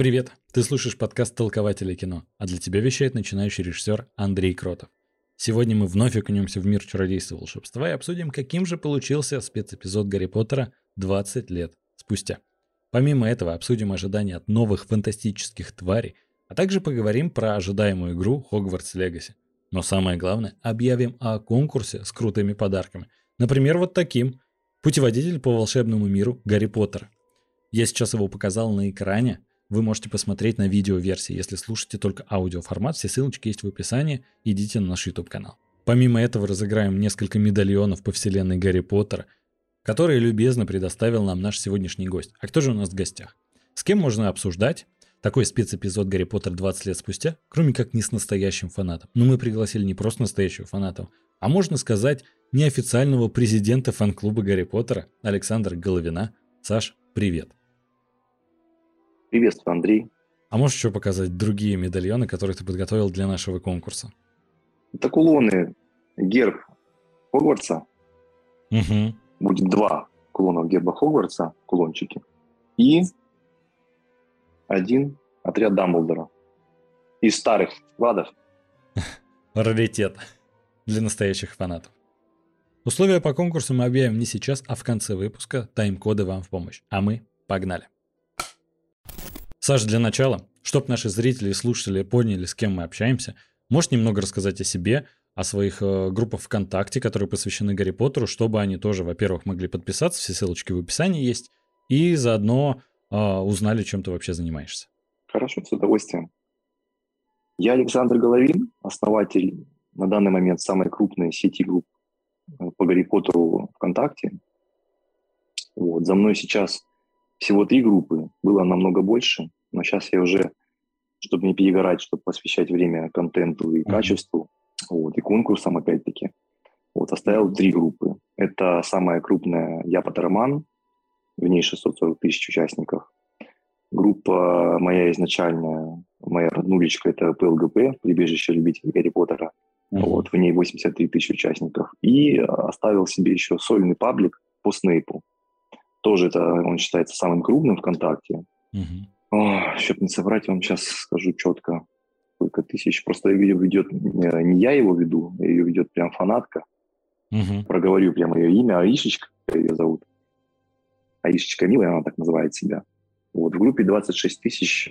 Привет! Ты слушаешь подкаст «Толкователи кино», а для тебя вещает начинающий режиссер Андрей Кротов. Сегодня мы вновь окунемся в мир чародейства и волшебства и обсудим, каким же получился спецэпизод Гарри Поттера 20 лет спустя. Помимо этого обсудим ожидания от новых фантастических тварей, а также поговорим про ожидаемую игру Hogwarts Legacy. Но самое главное, объявим о конкурсе с крутыми подарками. Например, вот таким. Путеводитель по волшебному миру Гарри Поттера. Я сейчас его показал на экране. Вы можете посмотреть на видеоверсии, если слушаете только аудиоформат. Все ссылочки есть в описании. Идите на наш YouTube-канал. Помимо этого разыграем несколько медальонов по вселенной Гарри Поттера, которые любезно предоставил нам наш сегодняшний гость. А кто же у нас в гостях? С кем можно обсуждать такой спецэпизод Гарри Поттер 20 лет спустя, кроме как не с настоящим фанатом? Но мы пригласили не просто настоящего фаната, а можно сказать, неофициального президента фан-клуба Гарри Поттера Александра Головина. Саш, привет. Приветствую, Андрей. А можешь еще показать другие медальоны, которые ты подготовил для нашего конкурса? Это кулоны, герб Хогвартса. Угу. Будет 2 кулона герба Хогвартса, кулончики. И 1 отряд Дамблдора. Из старых складов. Раритет для настоящих фанатов. Условия по конкурсу мы объявим не сейчас, а в конце выпуска. Тайм-коды вам в помощь. А мы погнали. Саш, для начала, чтобы наши зрители и слушатели поняли, с кем мы общаемся, можешь немного рассказать о себе, о своих группах ВКонтакте, которые посвящены Гарри Поттеру, чтобы они тоже, во-первых, могли подписаться, все ссылочки в описании есть, и заодно узнали, чем ты вообще занимаешься. Хорошо, с удовольствием. Я Александр Головин, основатель на данный момент самой крупной сети групп по Гарри Поттеру ВКонтакте. Вот. За мной сейчас всего 3 группы, было намного больше, но сейчас я уже, чтобы не перегорать, чтобы посвящать время контенту и качеству, вот, и конкурсам опять-таки, вот, оставил 3 группы. Это самая крупная «Я Поттерман», в ней 640 тысяч участников. Группа моя изначальная, моя роднулечка, это ПЛГП, прибежище любителей Гарри Поттера, вот, в ней 83 тысячи участников. И оставил себе еще сольный паблик по Снейпу. Тоже это он считается самым крупным ВКонтакте. Чтобы не соврать, я вам сейчас скажу четко, сколько тысяч. Просто ее ведет, не я его веду, ее ведет прям фанатка. Проговорю прямо ее имя, Аишечка ее зовут. Аишечка Милая, она так называет себя. Вот, в группе 26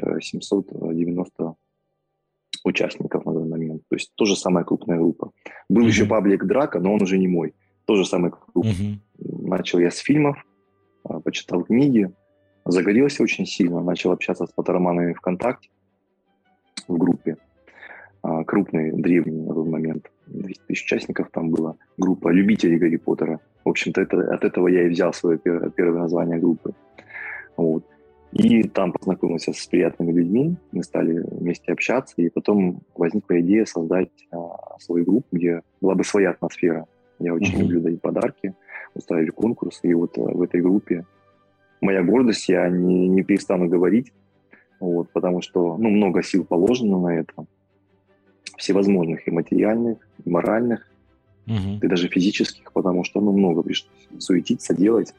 790 участников на данный момент. То есть тоже самая крупная группа. Был еще паблик Драка, но он уже не мой. Тоже самый крупный. Начал я с фильмов. Почитал книги, загорелся очень сильно, начал общаться с поттерманами ВКонтакте в группе. Крупный, древний на тот момент, 200 тысяч участников там было. Группа любителей Гарри Поттера. В общем-то, от этого я и взял свое первое название группы. Вот. И там познакомился с приятными людьми, мы стали вместе общаться, и потом возникла идея создать свою группу, где была бы своя атмосфера. Я очень люблю дарить подарки, устраивали конкурсы, и вот в этой группе моя гордость, я не перестану говорить, вот, потому что много сил положено на это, всевозможных и материальных, и моральных, и даже физических, потому что много пришлось суетиться, делать.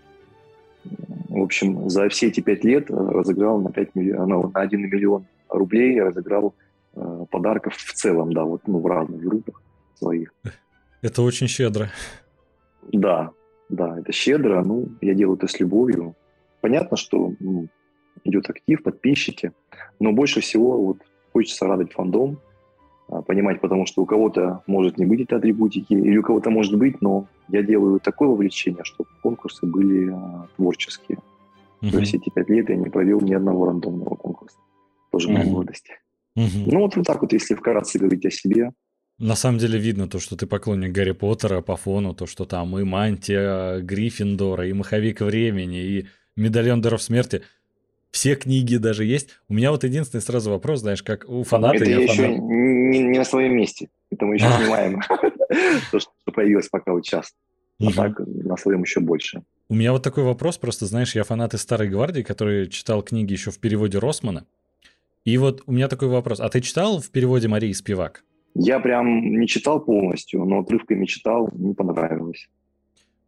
В общем, за все эти 5 лет разыграл на 1 миллион рублей, я разыграл подарков в целом, да, вот, в разных группах своих. Это очень щедро. Да, это щедро, я делаю это с любовью. Понятно, что идет актив, подписчики, но больше всего вот хочется радовать фандом, понимать, потому что у кого-то может не быть этой атрибутики, или у кого-то может быть, но я делаю такое вовлечение, чтобы конкурсы были творческие. За все эти 5 лет я не провел ни одного рандомного конкурса. Тоже моя гордость. Вот так вот, если вкратце говорить о себе. На самом деле видно то, что ты поклонник Гарри Поттера по фону, то, что там и мантия Гриффиндора, и маховик времени, и медальон даров смерти. Все книги даже есть. У меня вот единственный сразу вопрос, знаешь, как у фаната... Это я еще не на своем месте. Это мы еще снимаем. То, что появилось пока вот сейчас. А так на своем еще больше. У меня вот такой вопрос, просто, знаешь, я фанат из Старой Гвардии, который читал книги еще в переводе Росмана. И вот у меня такой вопрос. А ты читал в переводе Марии Спивак? Я прям не читал полностью, но отрывками читал, не понравилось.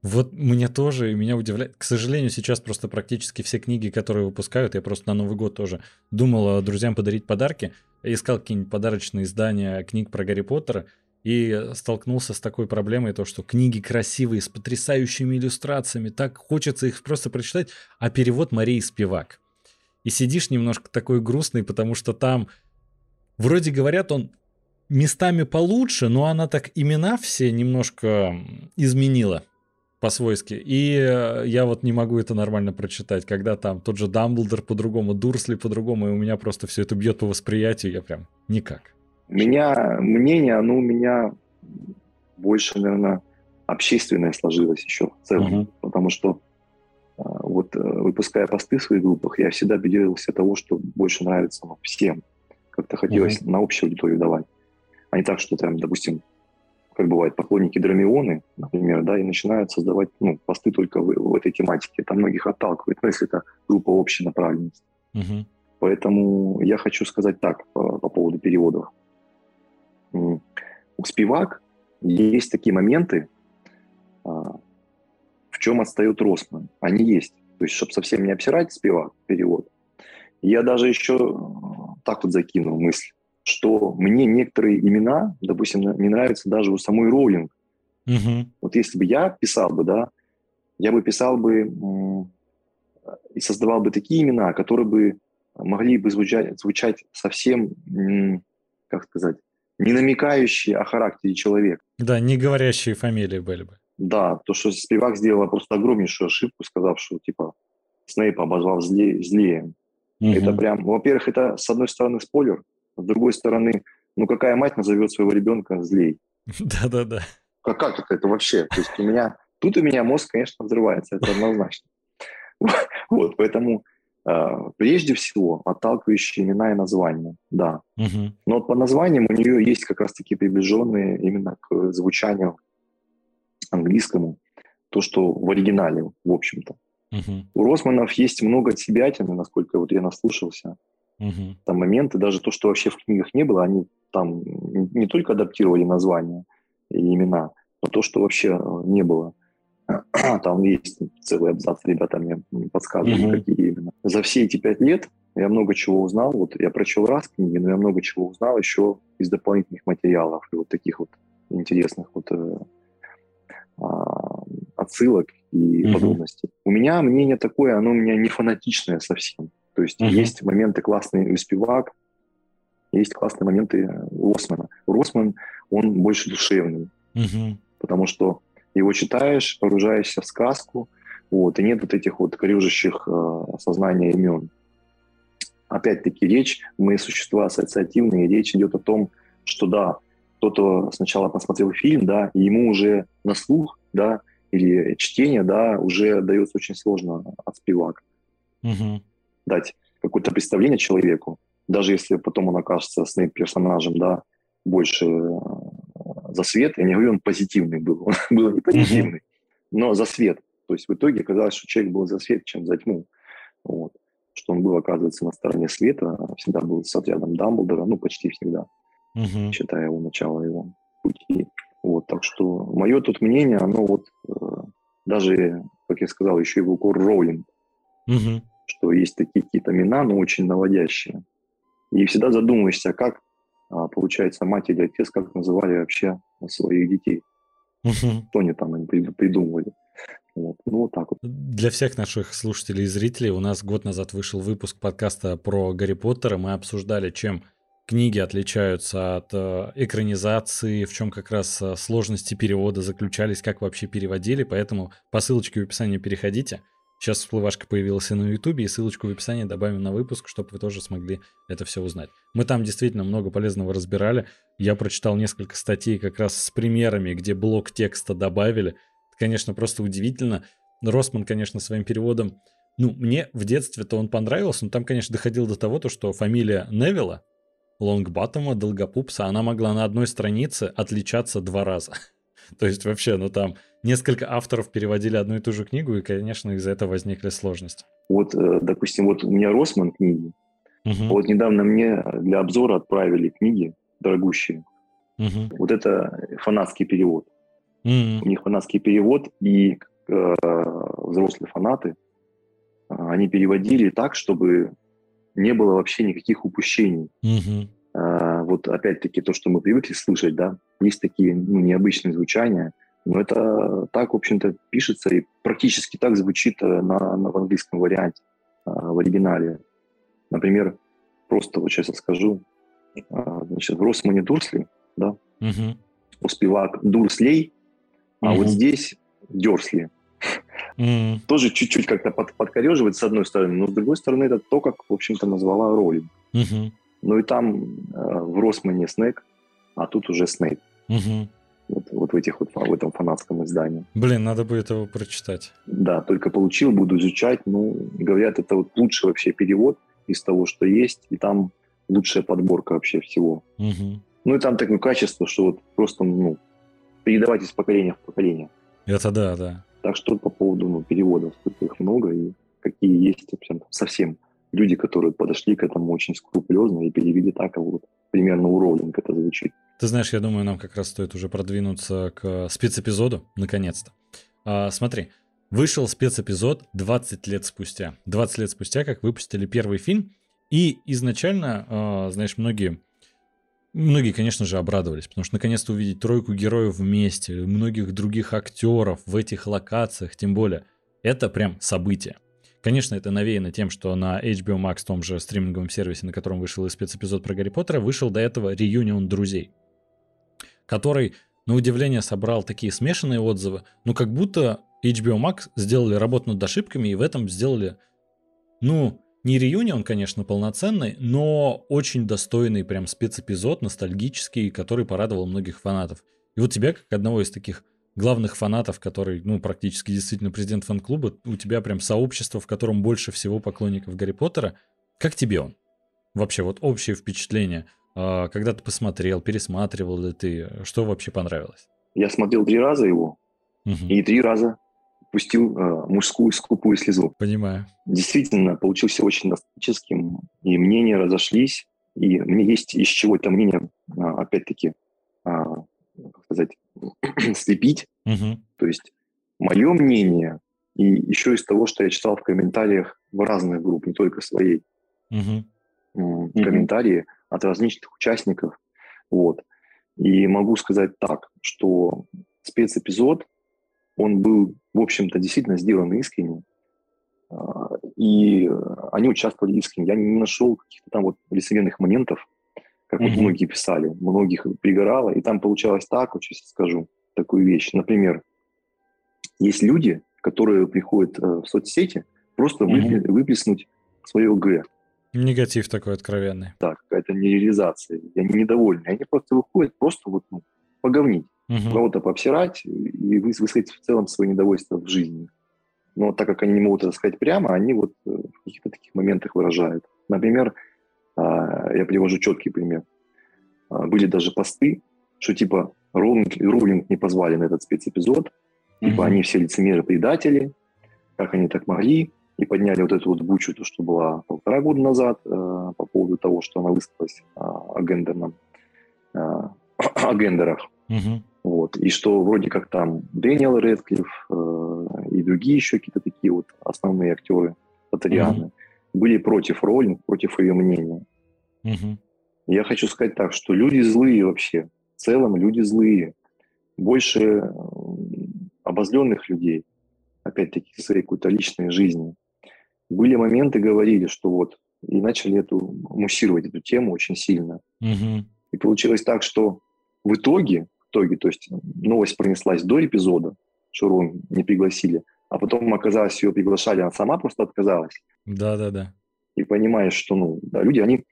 Вот мне тоже, и меня удивляет. К сожалению, сейчас просто практически все книги, которые выпускают, я просто на Новый год тоже думал друзьям подарить подарки, искал какие-нибудь подарочные издания книг про Гарри Поттера, и столкнулся с такой проблемой, то, что книги красивые, с потрясающими иллюстрациями, так хочется их просто прочитать, а перевод Марии Спивак. И сидишь немножко такой грустный, потому что там, вроде говорят, он местами получше, но она так имена все немножко изменила по-свойски. И я вот не могу это нормально прочитать, когда там тот же Дамблдор по-другому, Дурсли по-другому, и у меня просто все это бьет по восприятию, я прям никак. У меня мнение, оно у меня больше, наверное, общественное сложилось еще в целом. Потому что вот выпуская посты в своих группах, я всегда придерживался того, что больше нравится всем. Как-то хотелось на общую аудиторию давать. А не так, что там, допустим, как бывает, поклонники Драмионы, например, да, и начинают создавать посты только в этой тематике. Это многих отталкивает, если это группа общей направленности. Поэтому я хочу сказать так по поводу переводов. У Спивак есть такие моменты, в чем отстает Росман. Они есть. То есть, чтобы совсем не обсирать Спивак, перевод, я даже еще так вот закинул мысль, что мне некоторые имена, допустим, не нравятся даже у самой Роулинг. Вот если бы я писал бы, да, я бы писал бы и создавал бы такие имена, которые бы могли бы звучать совсем, как сказать, не намекающие о характере человека. Да, не говорящие фамилии были бы. Да, то, что Спивак сделала просто огромнейшую ошибку, сказав, что, типа, Снейп обозвал злее. Это прям, во-первых, это, с одной стороны, спойлер, с другой стороны, какая мать назовет своего ребенка злей? Да-да-да. Как это вообще? То есть у меня мозг, конечно, взрывается, это однозначно. Вот, поэтому прежде всего отталкивающие имена и названия, да. Но по названиям у нее есть как раз-таки приближенные именно к звучанию английскому, то, что в оригинале, в общем-то. У Росманов есть много отсебятины, насколько вот я наслушался. Там моменты, даже то, что вообще в книгах не было, они там не только адаптировали названия и имена, но то, что вообще не было. Там есть целый абзац, ребята мне подсказывали, какие именно. За все эти 5 лет я много чего узнал. Вот я прочел раз книги, но я много чего узнал еще из дополнительных материалов и вот таких вот интересных вот отсылок и подробностей. У меня мнение такое, оно у меня не фанатичное совсем. То есть есть моменты классные у Спивак, есть классные моменты у Росмана. Росман, он больше душевный, потому что его читаешь, погружаешься в сказку, вот, и нет вот этих вот корежащих сознания имен. Опять-таки мы существа ассоциативные, речь идет о том, что да, кто-то сначала посмотрел фильм, да, и ему уже на слух, да, или чтение, да, уже дается очень сложно от Спивак. Дать какое-то представление человеку, даже если потом он окажется с персонажем, да, больше за свет. Я не говорю, он позитивный был, он был не позитивный, но за свет. То есть в итоге оказалось, что человек был за свет, чем за тьму. Вот. Что он был, оказывается, на стороне света, всегда был с отрядом Дамблдора, почти всегда, считая его начало его пути. Вот. Так что мое тут мнение, оно вот даже, как я сказал, еще и в укор Роулинг, что есть такие какие-то имена, но очень наводящие. И всегда задумываешься, как, получается, мать или отец, как называли вообще своих детей. Что они там придумывали. Вот. Вот так вот. Для всех наших слушателей и зрителей у нас год назад вышел выпуск подкаста про Гарри Поттера. Мы обсуждали, чем книги отличаются от экранизации, в чем как раз сложности перевода заключались, как вообще переводили. Поэтому по ссылочке в описании переходите. Сейчас всплывашка появилась и на Ютубе, и ссылочку в описании добавим на выпуск, чтобы вы тоже смогли это все узнать. Мы там действительно много полезного разбирали. Я прочитал несколько статей как раз с примерами, где блок текста добавили. Конечно, просто удивительно. Росман, конечно, своим переводом... мне в детстве-то он понравился, но там, конечно, доходило до того, что фамилия Невилла, Лонгбаттома, Долгопупса, она могла на одной странице отличаться 2 раза. То есть вообще, там несколько авторов переводили одну и ту же книгу, и, конечно, из-за этого возникли сложности. Вот, допустим, вот у меня Росман книги. Вот недавно мне для обзора отправили книги дорогущие. Вот это фанатский перевод. У них фанатский перевод, и взрослые фанаты, они переводили так, чтобы не было вообще никаких упущений. Вот опять-таки то, что мы привыкли слышать, да, есть такие необычные звучания, но это так, в общем-то, пишется и практически так звучит в английском варианте, в оригинале. Например, просто вот сейчас я скажу, значит, в Росмане Дурсли, да, у спивак Дурслей, а вот здесь Дёрсли. Тоже чуть-чуть как-то подкореживает с одной стороны, но с другой стороны это то, как, в общем-то, назвала Роулинг. Ну и там в Росмане Снег, а тут уже Снейп. Вот в этом фанатском издании. Блин, надо будет его прочитать. Да, только получил, буду изучать. Ну, говорят, это вот лучший вообще перевод из того, что есть, и там лучшая подборка вообще всего. Ну и там такое качество, что вот просто, передавать из поколения в поколение. Это да. Так что по поводу переводов, сколько их много и какие есть совсем люди, которые подошли к этому очень скрупулезно и перевели так, как вот примерно у Роулинг это звучит. Ты знаешь, я думаю, нам как раз стоит уже продвинуться к спецэпизоду, наконец-то. Смотри, вышел спецэпизод 20 лет спустя. 20 лет спустя, как выпустили первый фильм. И изначально, знаешь, многие, конечно же, обрадовались, потому что наконец-то увидеть тройку героев вместе, многих других актеров в этих локациях, тем более, это прям событие. Конечно, это навеяно тем, что на HBO Max, том же стриминговом сервисе, на котором вышел и спецэпизод про Гарри Поттера, вышел до этого реюнион друзей, который, на удивление, собрал такие смешанные отзывы, но как будто HBO Max сделали работу над ошибками и в этом сделали, не реюнион, конечно, полноценный, но очень достойный прям спецэпизод, ностальгический, который порадовал многих фанатов. И вот тебя, как одного из таких главных фанатов, который, практически действительно президент фан-клуба, у тебя прям сообщество, в котором больше всего поклонников Гарри Поттера. Как тебе он? Вообще, вот общее впечатление, когда ты посмотрел, пересматривал ли ты, что вообще понравилось? Я смотрел 3 раза его, и 3 раза пустил мужскую скупую слезу. Понимаю. Действительно, получился очень ностальгическим, и мнения разошлись, и мне есть из чего это мнение, опять-таки, как сказать, слепить. То есть мое мнение, и еще из того, что я читал в комментариях в разных групп, не только своей, комментарии от различных участников. Вот. И могу сказать так, что спецэпизод, он был, в общем-то, действительно сделан искренне, и они участвовали искренне. Я не нашел каких-то там вот лицемерных моментов, как вот многие писали, многих пригорало, и там получалось так, вот сейчас скажу такую вещь. Например, есть люди, которые приходят в соцсети просто выплеснуть свое «г». Негатив такой откровенный. Да, какая-то нереализация. И они недовольны. Они просто выходят просто поговнить, кого-то пообсирать и высказать в целом свое недовольство в жизни. Но так как они не могут это сказать прямо, они вот в каких-то таких моментах выражают. Например, я привожу четкий пример. Были даже посты, что типа Роулинг не позвали на этот спецэпизод, типа они все лицемеры-предатели, как они так могли, и подняли вот эту вот бучу, то, что была 1,5 года назад по поводу того, что она высказалась о гендерах. Вот. И что вроде как там Дэниел Рэдклифф и другие еще какие-то такие вот основные актеры Поттерианы были против Роулинг, против ее мнения. Я хочу сказать так, что люди злые вообще. В целом люди злые. Больше обозленных людей, опять-таки, в своей какой-то личной жизни. Были моменты, говорили, что вот, и начали муссировать эту тему очень сильно. И получилось так, что в итоге, то есть новость пронеслась до эпизода, что Рон не пригласили, а потом оказалось, ее приглашали, она сама просто отказалась. Да. И понимаешь, что, люди, они,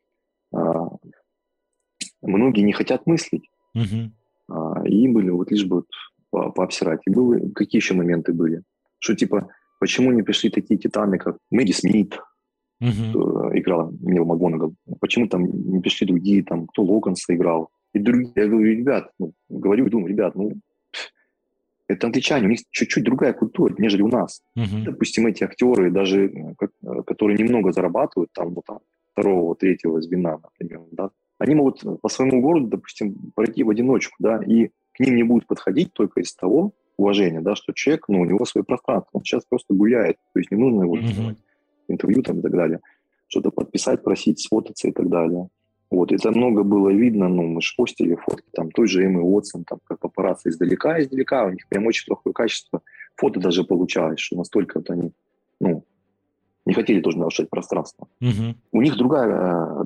многие не хотят мыслить, и им были вот лишь бы пообсирать. И какие еще моменты были? Что типа, почему не пришли такие титаны, как Мэгги Смит, кто играла Нил МакГонагал? Почему там не пришли другие, там, кто Локонса играл? И другие, я говорю, ребят, ребят, это англичане, у них чуть-чуть другая культура, нежели у нас. Допустим, эти актеры, даже которые немного зарабатывают, там, 2-го, 3-го звена, например, да, они могут по своему городу, допустим, пройти в одиночку, да, и к ним не будут подходить только из того, уважение, да, что человек, ну, у него свое пространство, он сейчас просто гуляет, то есть не нужно его интервью там и так далее, что-то подписать, просить, сфотаться и так далее. Вот, это много было видно, ну, мы же постили фотки, там, той же Эммы Уотсон, там, как папарацци издалека, у них прям очень плохое качество, фото даже получалось, что настолько вот они, ну, не хотели тоже нарушать пространство. У них другая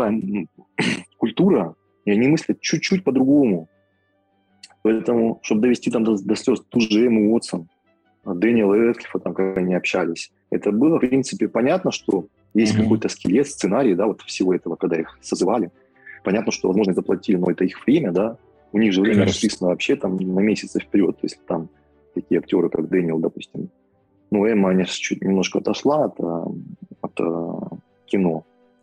культура, и они мыслят чуть-чуть по-другому. Поэтому, чтобы довести там до слез ту же Эмму Уотсон, Дэниела Рэдклиффа, там, как они общались, это было, в принципе, понятно, что есть какой-то скелет, сценарий, да, вот всего этого, когда их созывали. Понятно, что, возможно, заплатили, но это их время, да. У них же время расписано вообще там на месяцы вперед. То есть там такие актеры, как Дэниел, допустим. Ну, Эмма, она чуть немножко отошла от кино.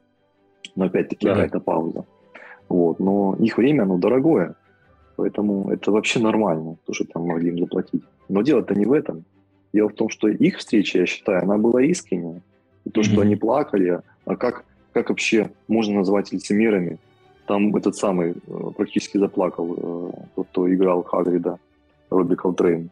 Но опять-таки какая-то пауза. Вот. Но их время, оно дорогое. Поэтому это вообще нормально, то, что там могли им заплатить. Но дело-то не в этом. Дело в том, что их встреча, я считаю, она была искренняя. И то, что они плакали, а как вообще можно назвать лицемерами? Там этот самый практически заплакал, тот, кто играл Хагрида, Робби Колтрейн.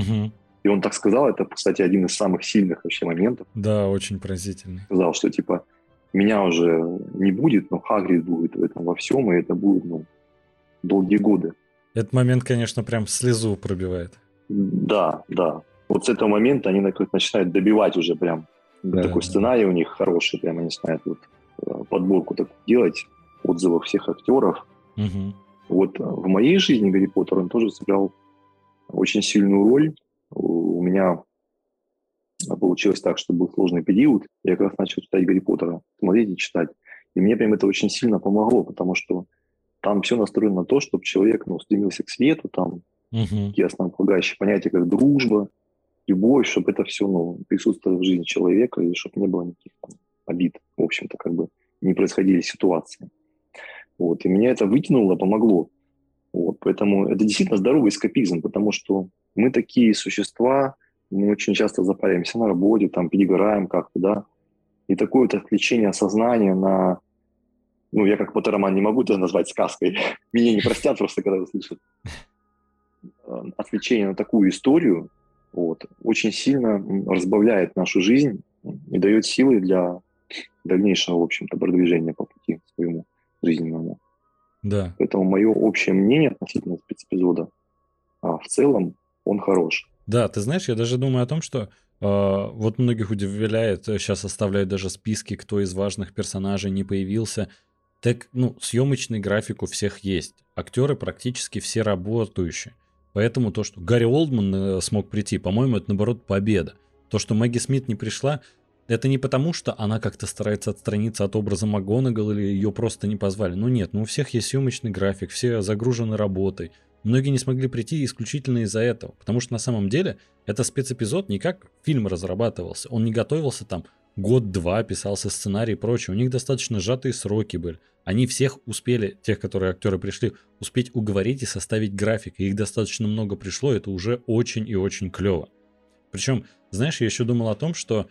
И он так сказал, это, кстати, один из самых сильных вообще моментов. Да, очень поразительный. Сказал, что типа меня уже не будет, но Хагрид будет в этом во всем, и это будет, ну, долгие годы. Этот момент, конечно, прям слезу пробивает. Да, да. Вот с этого момента они начинают добивать уже прям. Такой сценарий у них хороший, прям они начинают вот подборку так делать, отзывов всех актеров. Вот в моей жизни Гарри Поттер, он тоже сыграл очень сильную роль. У меня получилось так, что был сложный период. Я как раз начал читать Гарри Поттера, смотреть и читать. И мне прям это очень сильно помогло, потому что там все настроено на то, чтобы человек, ну, стремился к свету, там такие основополагающие понятия, как дружба, любовь, чтобы это все, ну, присутствовало в жизни человека, и чтобы не было никаких там обид, в общем-то, как бы не происходили ситуации. Вот. И меня это вытянуло, помогло. Вот. Поэтому это действительно здоровый эскапизм, потому что мы такие существа, мы очень часто запаримся на работе, там, перегораем как-то, да, и такое вот отвлечение сознания на... Ну, я как Поттероман не могу это назвать сказкой. Меня не простят просто, когда услышат. Отвлечение на такую историю вот, очень сильно разбавляет нашу жизнь и дает силы для дальнейшего, в общем-то, продвижения по пути своему жизненному. Да. Поэтому мое общее мнение относительно спецэпизода, в целом, он хорош. Да, ты знаешь, я даже думаю о том, что вот многих удивляет, сейчас оставляют даже списки, кто из важных персонажей не появился. Так, ну, съемочный график у всех есть. Актеры практически все работающие. Поэтому то, что Гарри Олдман смог прийти, по-моему, это, наоборот, победа. То, что Мэгги Смит не пришла, это не потому, что она как-то старается отстраниться от образа МакГонагал или ее просто не позвали. Ну нет, ну у всех есть съемочный график, все загружены работой. Многие не смогли прийти исключительно из-за этого. Потому что на самом деле это спецэпизод не как фильм разрабатывался. Он не готовился там год-два, писался сценарий и прочее. У них достаточно сжатые сроки были. Они всех успели, тех, которые актеры пришли, успеть уговорить и составить график. И их достаточно много пришло, это уже очень и очень клево. Причем, знаешь, я еще думал о том, что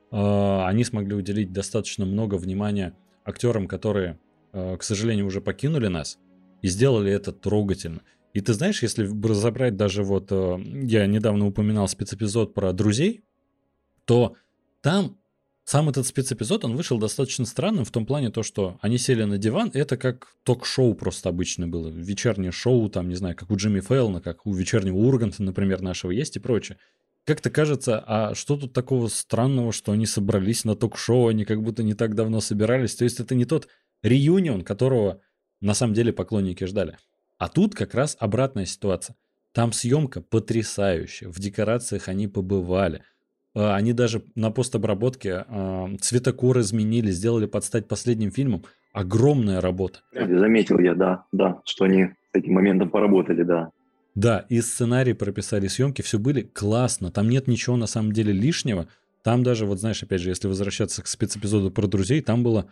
они смогли уделить достаточно много внимания актерам, которые, к сожалению, уже покинули нас, и сделали это трогательно. И ты знаешь, если разобрать даже вот, я недавно упоминал спецэпизод про друзей, то там сам этот спецэпизод, он вышел достаточно странным в том плане, то, что они сели на диван, это как ток-шоу просто обычно было, вечернее шоу, там, не знаю, как у Джимми Фэллона, как у вечернего Урганта, например, нашего есть и прочее. Как-то кажется, а что тут такого странного, что они собрались на ток-шоу, они как будто не так давно собирались, то есть это не тот реюнион, которого на самом деле поклонники ждали. А тут как раз обратная ситуация. Там съемка потрясающая, в декорациях они побывали. Они даже на постобработке цветокор изменили, сделали под стать последним фильмом. Огромная работа. Заметил я, да, что они с этим моментом поработали, да. Да, и сценарий прописали, съемки, все были классно. Там нет ничего на самом деле лишнего. Там даже, вот знаешь, опять же, если возвращаться к спецэпизоду про друзей, там было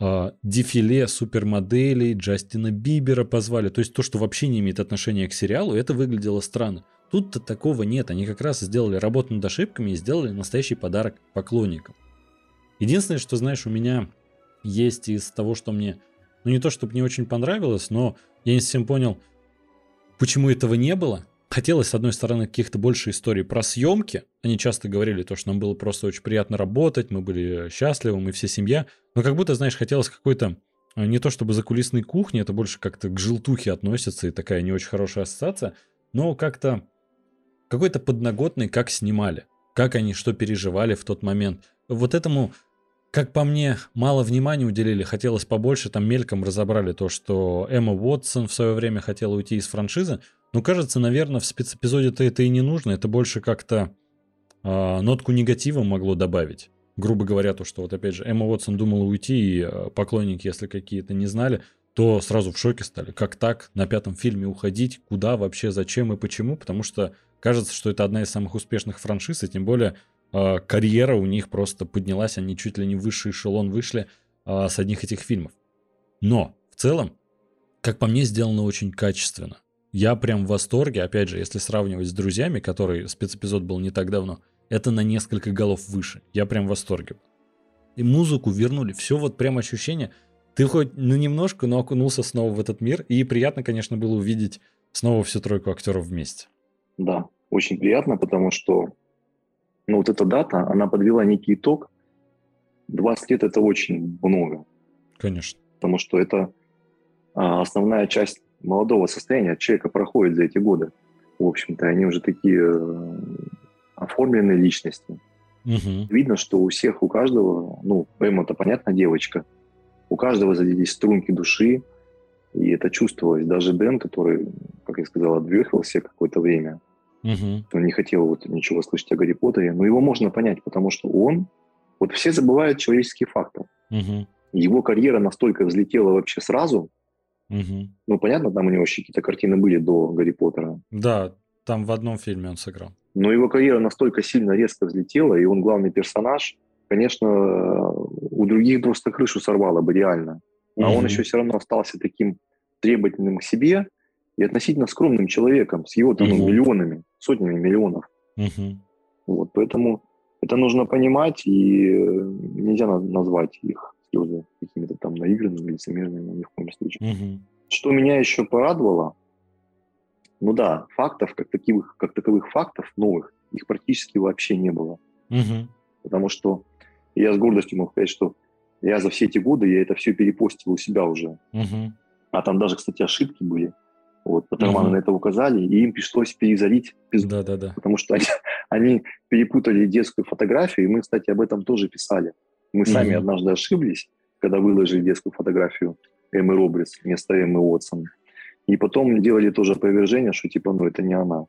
дефиле супермоделей, Джастина Бибера позвали. То есть то, что вообще не имеет отношения к сериалу, это выглядело странно. Тут-то такого нет. Они как раз сделали работу над ошибками и сделали настоящий подарок поклонникам. Единственное, что, знаешь, у меня есть из того, что мне, ну не то, чтобы не очень понравилось, но я не совсем понял, почему этого не было. хотелось, с одной стороны, каких-то больше историй про съемки. Они часто говорили то, что нам было просто очень приятно работать, мы были счастливы, мы все семья. Но как будто, знаешь, хотелось какой-то, не то чтобы закулисной кухни, это больше как-то к желтухе относится, и такая не очень хорошая ассоциация, но как-то какой-то подноготный, как снимали, как они что переживали в тот момент. Вот этому, как по мне, мало внимания уделили, хотелось побольше, там мельком разобрали то, что Эмма Уотсон в свое время хотела уйти из франшизы, но кажется, наверное, в спецэпизоде-то это и не нужно, это больше как-то нотку негатива могло добавить. Грубо говоря, то, что вот опять же Эмма Уотсон думала уйти, и поклонники, если какие-то не знали, то сразу в шоке стали. Как так на 5-м фильме уходить? Куда вообще, зачем и почему? Потому что кажется, что это одна из самых успешных франшиз, и тем более карьера у них просто поднялась, они чуть ли не в высший эшелон вышли с одних этих фильмов. Но в целом, как по мне, сделано очень качественно. Я прям в восторге, опять же, если сравнивать с «Друзьями», который спецэпизод был не так давно, это на несколько голов выше. Я прям в восторге. И музыку вернули, все вот прям ощущение. Ты хоть немножко, но окунулся снова в этот мир. И приятно, конечно, было увидеть снова всю тройку актеров вместе. Да, очень приятно, потому что вот эта дата, она подвела некий итог. 20 лет – это очень много. Конечно. Потому что это основная часть молодого состояния человека проходит за эти годы. В общем-то, они уже такие оформленные личности. Угу. Видно, что у всех, у каждого, Эмма-то, понятно, девочка, у каждого заделись струнки души, и это чувствовалось. Даже Дэн, который, как я сказал, отвертелся какое-то время, он не хотел ничего слышать о Гарри Поттере, но его можно понять, потому что все забывают человеческий фактор. Его карьера настолько взлетела вообще сразу. Понятно, там у него еще какие-то картины были до Гарри Поттера. Да, там в одном фильме он сыграл. Но его карьера настолько сильно резко взлетела, и он главный персонаж, конечно, у других просто крышу сорвало бы реально. А он еще все равно остался таким требовательным к себе и относительно скромным человеком с его миллионами, сотнями миллионов. Поэтому это нужно понимать, и нельзя назвать их слезы какими-то там наигранными, лицемерными ни в коем случае. Что меня еще порадовало, фактов, как таковых фактов новых, их практически вообще не было. Потому что я с гордостью могу сказать, что я за все эти годы, я это все перепостил у себя уже. А там даже, кстати, ошибки были. Патерманы на это указали, и им пришлось перезалить. Потому что они перепутали детскую фотографию, и мы, кстати, об этом тоже писали. Мы сами однажды ошиблись, когда выложили детскую фотографию Эммы Робертс вместо Эммы Уотсон. И потом делали тоже опровержение, что это не она.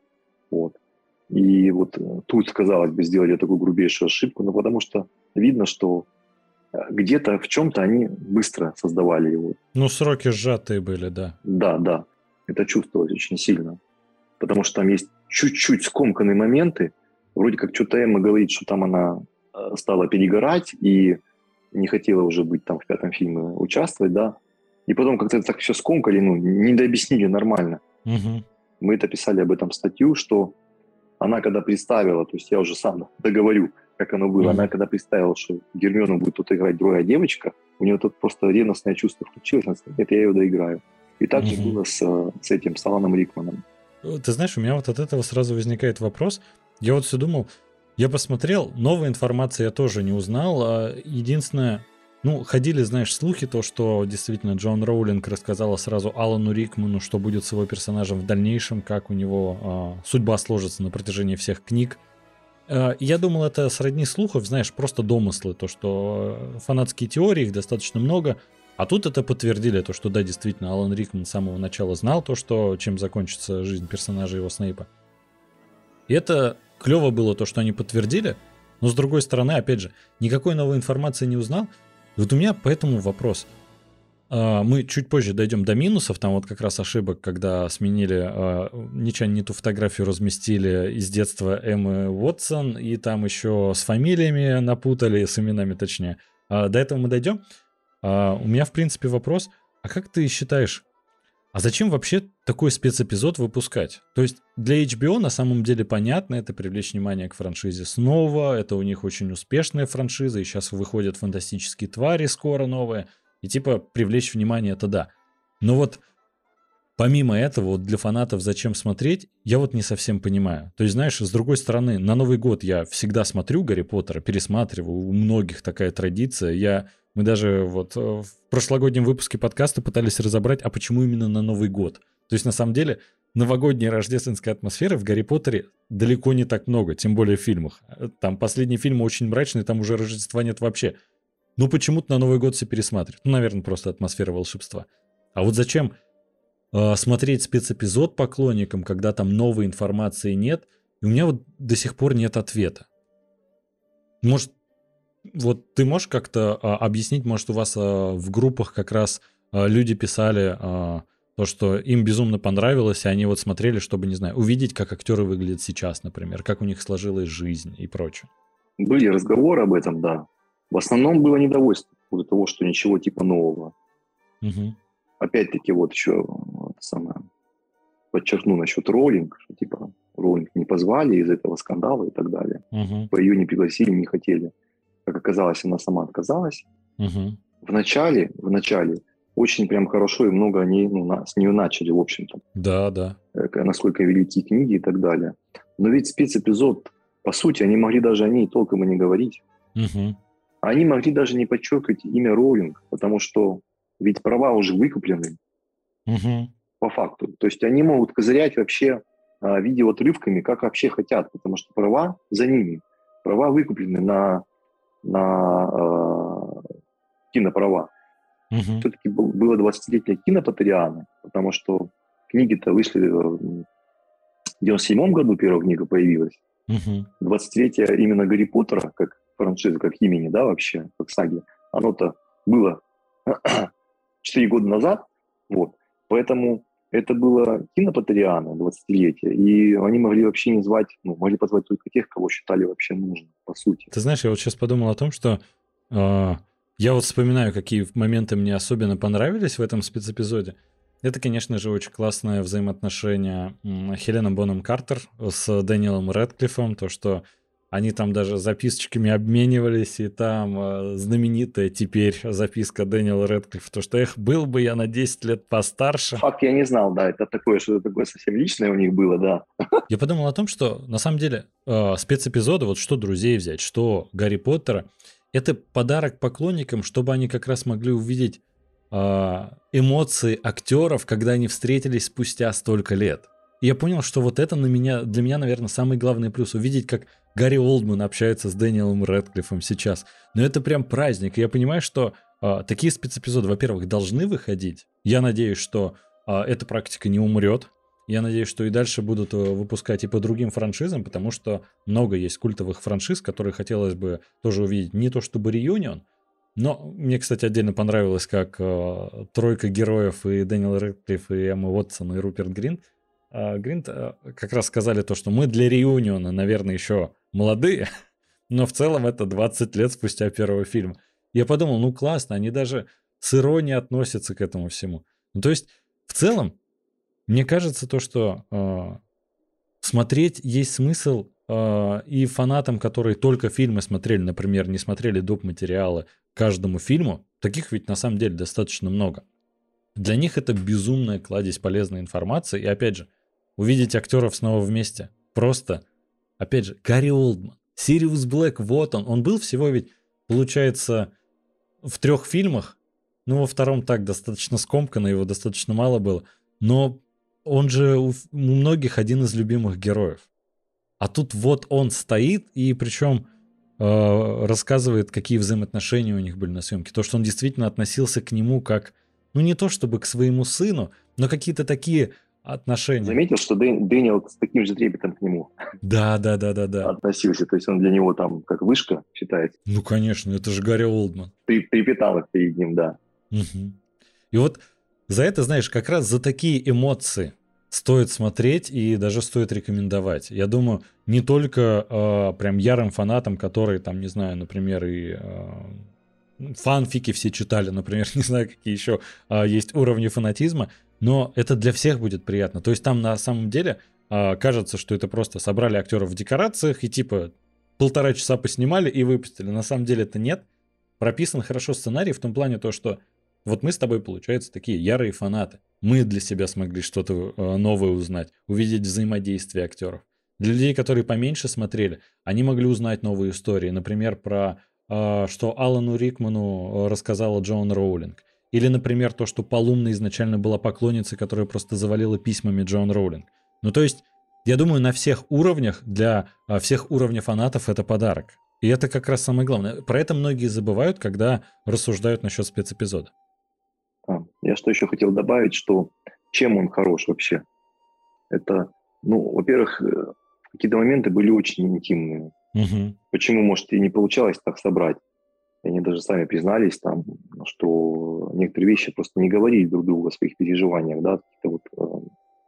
И тут, казалось бы, сделали такую грубейшую ошибку, потому что видно, что где-то в чем-то они быстро создавали его. Сроки сжатые были, да. Да. Это чувствовалось очень сильно. Потому что там есть чуть-чуть скомканные моменты. Вроде как что-то Эмма говорит, что там она стала перегорать и не хотела уже быть там в 5-м фильме участвовать, да. И потом как-то так все скомкали, не дообъяснили нормально. Мы это писали об этом статью, что она когда представила, то есть я уже сам договорю, как оно было, она когда представила, что Гермиону будет тут играть другая девочка, у нее тут просто ревностное чувство включилось, она сказала, нет, я ее доиграю. И так же было с Аланом Рикманом. Ты знаешь, у меня от этого сразу возникает вопрос. Я все думал, я посмотрел, новой информации я тоже не узнал. Единственное, ходили, знаешь, слухи, то, что действительно Джон Роулинг рассказала сразу Алану Рикману, что будет с его персонажем в дальнейшем, как у него судьба сложится на протяжении всех книг. Я думал, это сродни слухов, знаешь, просто домыслы, то, что фанатские теории, их достаточно много. А тут это подтвердили, то, что да, действительно, Алан Рикман с самого начала знал то, что чем закончится жизнь персонажа его Снейпа. И это клево было, то, что они подтвердили, но с другой стороны, опять же, никакой новой информации не узнал. И у меня поэтому вопрос. Мы чуть позже дойдем до минусов, там как раз ошибок, когда сменили, нечаянно не ту фотографию разместили из детства Эммы Уотсон, и там еще с фамилиями напутали, с именами точнее. До этого мы дойдем. У меня, в принципе, вопрос, а как ты считаешь, а зачем вообще такой спецэпизод выпускать? То есть для HBO на самом деле понятно, это привлечь внимание к франшизе снова, это у них очень успешная франшиза, и сейчас выходят фантастические твари скоро новые, и привлечь внимание это да. Но помимо этого, вот для фанатов зачем смотреть, я вот не совсем понимаю. То есть, знаешь, с другой стороны, на Новый год я всегда смотрю Гарри Поттера, пересматриваю, у многих такая традиция. Мы даже вот в прошлогоднем выпуске подкаста пытались разобрать, а почему именно на Новый год. То есть, на самом деле, новогодней рождественской атмосферы в Гарри Поттере далеко не так много, тем более в фильмах. Там последние фильмы очень мрачные, там уже Рождества нет вообще. Но почему-то на Новый год все пересматривают. Ну, наверное, просто атмосфера волшебства. А вот зачем смотреть спецэпизод поклонникам, когда там новой информации нет? И у меня вот до сих пор нет ответа. Может, вот ты можешь как-то объяснить, может, у вас в группах как раз люди писали то, что им безумно понравилось, и они вот смотрели, чтобы, не знаю, увидеть, как актеры выглядят сейчас, например, как у них сложилась жизнь и прочее. Были разговоры об этом, да. В основном было недовольство из-за того, что ничего типа нового. Угу. Опять-таки вот еще подчеркну насчет Роулинг, что типа Роулинг не позвали из этого скандала и так далее. Угу. По ее не пригласили, не хотели. Как оказалось, она сама отказалась. Угу. В начале очень прям хорошо и много они с нее начали, в общем-то. Да. Насколько велики книги и так далее. Но ведь спецэпизод, по сути, они могли даже о ней толком и не говорить. Угу. Они могли даже не подчеркивать имя Роулинг, потому что ведь права уже выкуплены по факту. То есть они могут козырять вообще видеоотрывками, как вообще хотят, потому что права за ними. Права выкуплены на кинопрова. Все-таки было 20-летие кино Поттерианы, потому что книги-то вышли в 97 году, первая книга появилась. 20-летие именно Гарри Поттера, как франшизы, как имени, да, вообще, как саги, оно-то было 4 года назад, вот. Поэтому это было кино Поттерианы, 20-летие, и они могли вообще не звать, могли позвать только тех, кого считали вообще нужным, по сути. Ты знаешь, я вот сейчас подумал о том, что я вот вспоминаю, какие моменты мне особенно понравились в этом спецэпизоде. Это, конечно же, очень классное взаимоотношение Хелена Бонем Картер с Дэниелом Рэдклиффом, то, что они там даже записочками обменивались, и там знаменитая теперь записка Дэниела Рэдклиффа, то, что был бы я на 10 лет постарше. Факт я не знал, да, это такое, что-то такое совсем личное у них было, да. Я подумал о том, что на самом деле спецэпизоды, вот что «Друзей» взять, что «Гарри Поттера», это подарок поклонникам, чтобы они как раз могли увидеть эмоции актеров, когда они встретились спустя столько лет. И я понял, что вот это для меня, наверное, самый главный плюс. Увидеть, как Гарри Олдман общается с Дэниелом Рэдклиффом сейчас. Но это прям праздник. И я понимаю, что такие спецэпизоды, во-первых, должны выходить. Я надеюсь, что эта практика не умрет. Я надеюсь, что и дальше будут выпускать и по другим франшизам, потому что много есть культовых франшиз, которые хотелось бы тоже увидеть. Не то чтобы реюнион, но мне, кстати, отдельно понравилось, как тройка героев и Дэниел Рэдклифф, и Эмма Уотсон, и Руперт Гринт как раз сказали то, что мы для реюниона, наверное, еще молодые, но в целом это 20 лет спустя первого фильма. Я подумал, классно, они даже с иронией относятся к этому всему. То есть, в целом, мне кажется, то, что смотреть есть смысл и фанатам, которые только фильмы смотрели, например, не смотрели доп. Материалы каждому фильму, таких ведь на самом деле достаточно много. Для них это безумная кладезь полезной информации. И опять же, увидеть актеров снова вместе. Просто, опять же, Гарри Олдман, Сириус Блэк, вот он был всего ведь, получается, в 3 фильмах, во втором так достаточно скомканно, его достаточно мало было, но он же у многих один из любимых героев. А тут вот он стоит, и причем рассказывает, какие взаимоотношения у них были на съемке. То, что он действительно относился к нему как, не то чтобы к своему сыну, но какие-то такие отношения. Заметил, что Дэниел с таким же трепетом к нему Да. относился. То есть он для него там как вышка считается. Конечно, это же Гарри Олдман. Трепетал их перед ним, да. Угу. И вот за это, знаешь, как раз за такие эмоции стоит смотреть и даже стоит рекомендовать. Я думаю, не только прям ярым фанатам, которые там, не знаю, например, и фанфики все читали, например, не знаю, какие еще есть уровни фанатизма, но это для всех будет приятно. То есть там на самом деле кажется, что это просто собрали актеров в декорациях и типа 1,5 часа поснимали и выпустили. На самом деле это нет. Прописан хорошо сценарий в том плане то, что Вот мы с тобой, получается, такие ярые фанаты. Мы для себя смогли что-то новое узнать, увидеть взаимодействие актеров. Для людей, которые поменьше смотрели, они могли узнать новые истории. Например, про что Алану Рикману рассказала Джоан Роулинг. Или, например, то, что Полумна изначально была поклонницей, которая просто завалила письмами Джоан Роулинг. Ну, то есть, я думаю, на всех уровнях, для всех уровней фанатов это подарок. И это как раз самое главное. Про это многие забывают, когда рассуждают насчет спецэпизода. Я что еще хотел добавить, что чем он хорош вообще? Это, во-первых, в какие-то моменты были очень интимные. Угу. Почему, может, и не получалось так собрать? Они даже сами признались там, что некоторые вещи просто не говорили друг другу о своих переживаниях, да, каких-то вот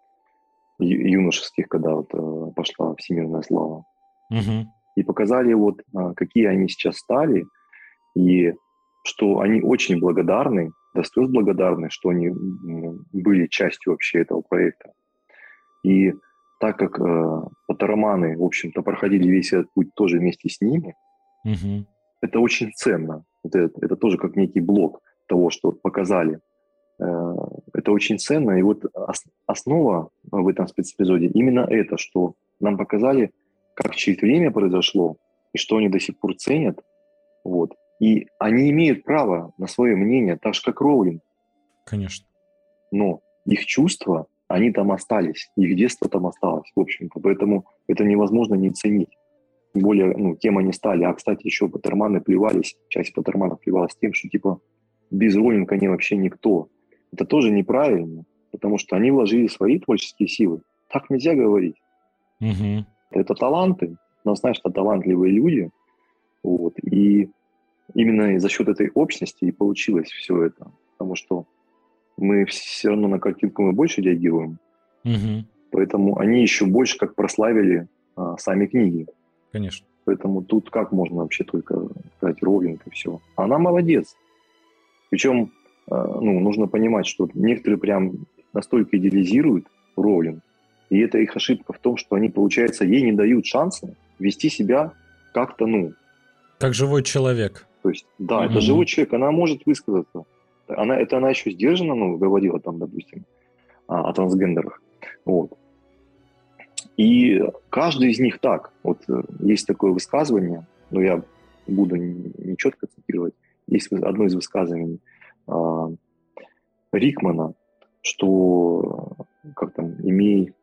юношеских, когда вот пошла всемирная слава. Угу. И показали вот, какие они сейчас стали, и что они очень благодарны, до слез благодарны, что они были частью вообще этого проекта. И так как поттероманы, в общем-то, проходили весь этот путь тоже вместе с ними, Угу. это очень ценно. Это тоже как некий блок того, что показали. Это очень ценно. И вот основа в этом спецэпизоде именно это, что нам показали, как через время произошло, и что они до сих пор ценят. Вот. И они имеют право на свое мнение, так же, как Роулинг. Конечно. Но их чувства, они там остались, их детство там осталось, в общем-то. Поэтому это невозможно не ценить. Тем более, кем они стали. А, кстати, еще Поттерманы плевались, часть Поттерманов плевалась тем, что, типа, без Роулинг они вообще никто. Это тоже неправильно, потому что они вложили свои творческие силы. Так нельзя говорить. Угу. Это таланты, но знаешь, что талантливые люди. Вот, и именно за счет этой общности и получилось все это. Потому что мы все равно на картинку мы больше реагируем. Угу. Поэтому они еще больше как прославили сами книги. Конечно. Поэтому тут как можно вообще только сказать Роулинг и все. Она молодец. Причем, нужно понимать, что некоторые прям настолько идеализируют Роулинг, и это их ошибка в том, что они, получается, ей не дают шанса вести себя как-то, Как живой человек. То есть, да, это живой человек, она может высказаться. Она еще сдержанно, говорила там, допустим, о трансгендерах. Вот. И каждый из них так. Вот есть такое высказывание, но я буду не четко цитировать. Есть одно из высказываний Рикмана, что имей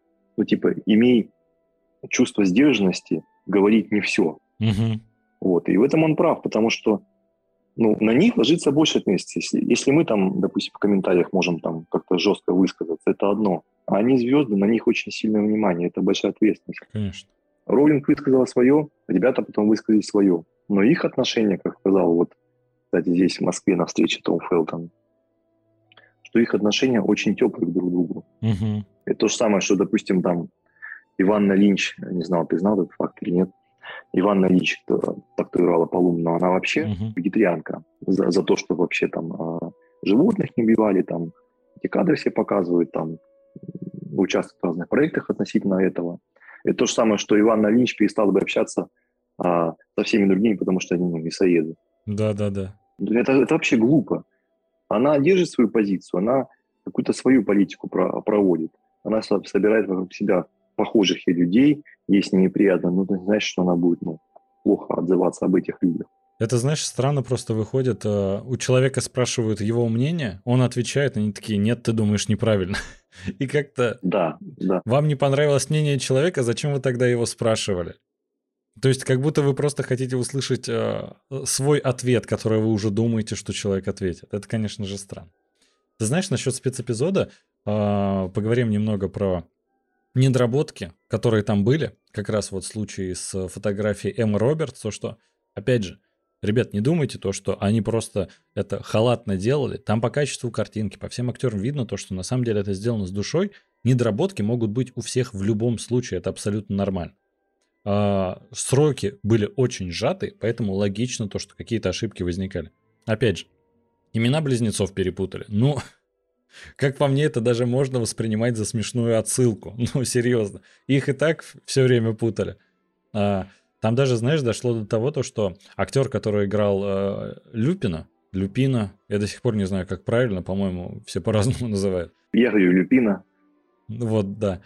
чувство сдержанности, говорить не все. Угу. Вот. И в этом он прав, потому что на них ложится больше ответственности. Если мы там, допустим, в комментариях можем там как-то жестко высказаться, это одно. А они звезды, на них очень сильное внимание, это большая ответственность. Конечно. Роулинг высказала свое, ребята потом высказали свое. Но их отношения, как сказал, вот, кстати, здесь в Москве на встрече Том Фелтон, что их отношения очень теплые друг к другу. Угу. Это то же самое, что, допустим, там Иванна Линч, не знал, ты знал этот факт или нет, Иванна Линч татуировала Полумну, она вообще вегетарианка. За то, что вообще там животных не убивали, там эти кадры все показывают, там участвуют в разных проектах относительно этого. Это то же самое, что Иванна Линч перестала бы общаться со всеми другими, потому что они мясоеды. Да. Это вообще глупо. Она держит свою позицию, она какую-то свою политику проводит. Она собирает вокруг себя похожих ей людей, ей с ними приятно, но ты знаешь, что она будет плохо отзываться об этих людях. Это, знаешь, странно просто выходит. У человека спрашивают его мнение, он отвечает, они такие: нет, ты думаешь неправильно. И как-то... Да. Вам не понравилось мнение человека, зачем вы тогда его спрашивали? То есть как будто вы просто хотите услышать свой ответ, который вы уже думаете, что человек ответит. Это, конечно же, странно. Ты знаешь, насчет спецэпизода поговорим немного про недоработки, которые там были. Как раз вот в случае с фотографией Эммы Робертс, то что, опять же, ребят, не думайте то, что они просто это халатно делали. Там по качеству картинки, по всем актерам видно то, что на самом деле это сделано с душой. Недоработки могут быть у всех в любом случае, это абсолютно нормально. Сроки были очень сжаты, поэтому логично то, что какие-то ошибки возникали. Опять же, имена близнецов перепутали. Ну, как по мне, это даже можно воспринимать за смешную отсылку. Ну, серьезно. Их и так все время путали. Там даже, знаешь, дошло до того, что актер, который играл Люпина, Люпина. Я до сих пор не знаю, как правильно, по-моему, все по-разному называют. Я говорю Люпина. Вот, да.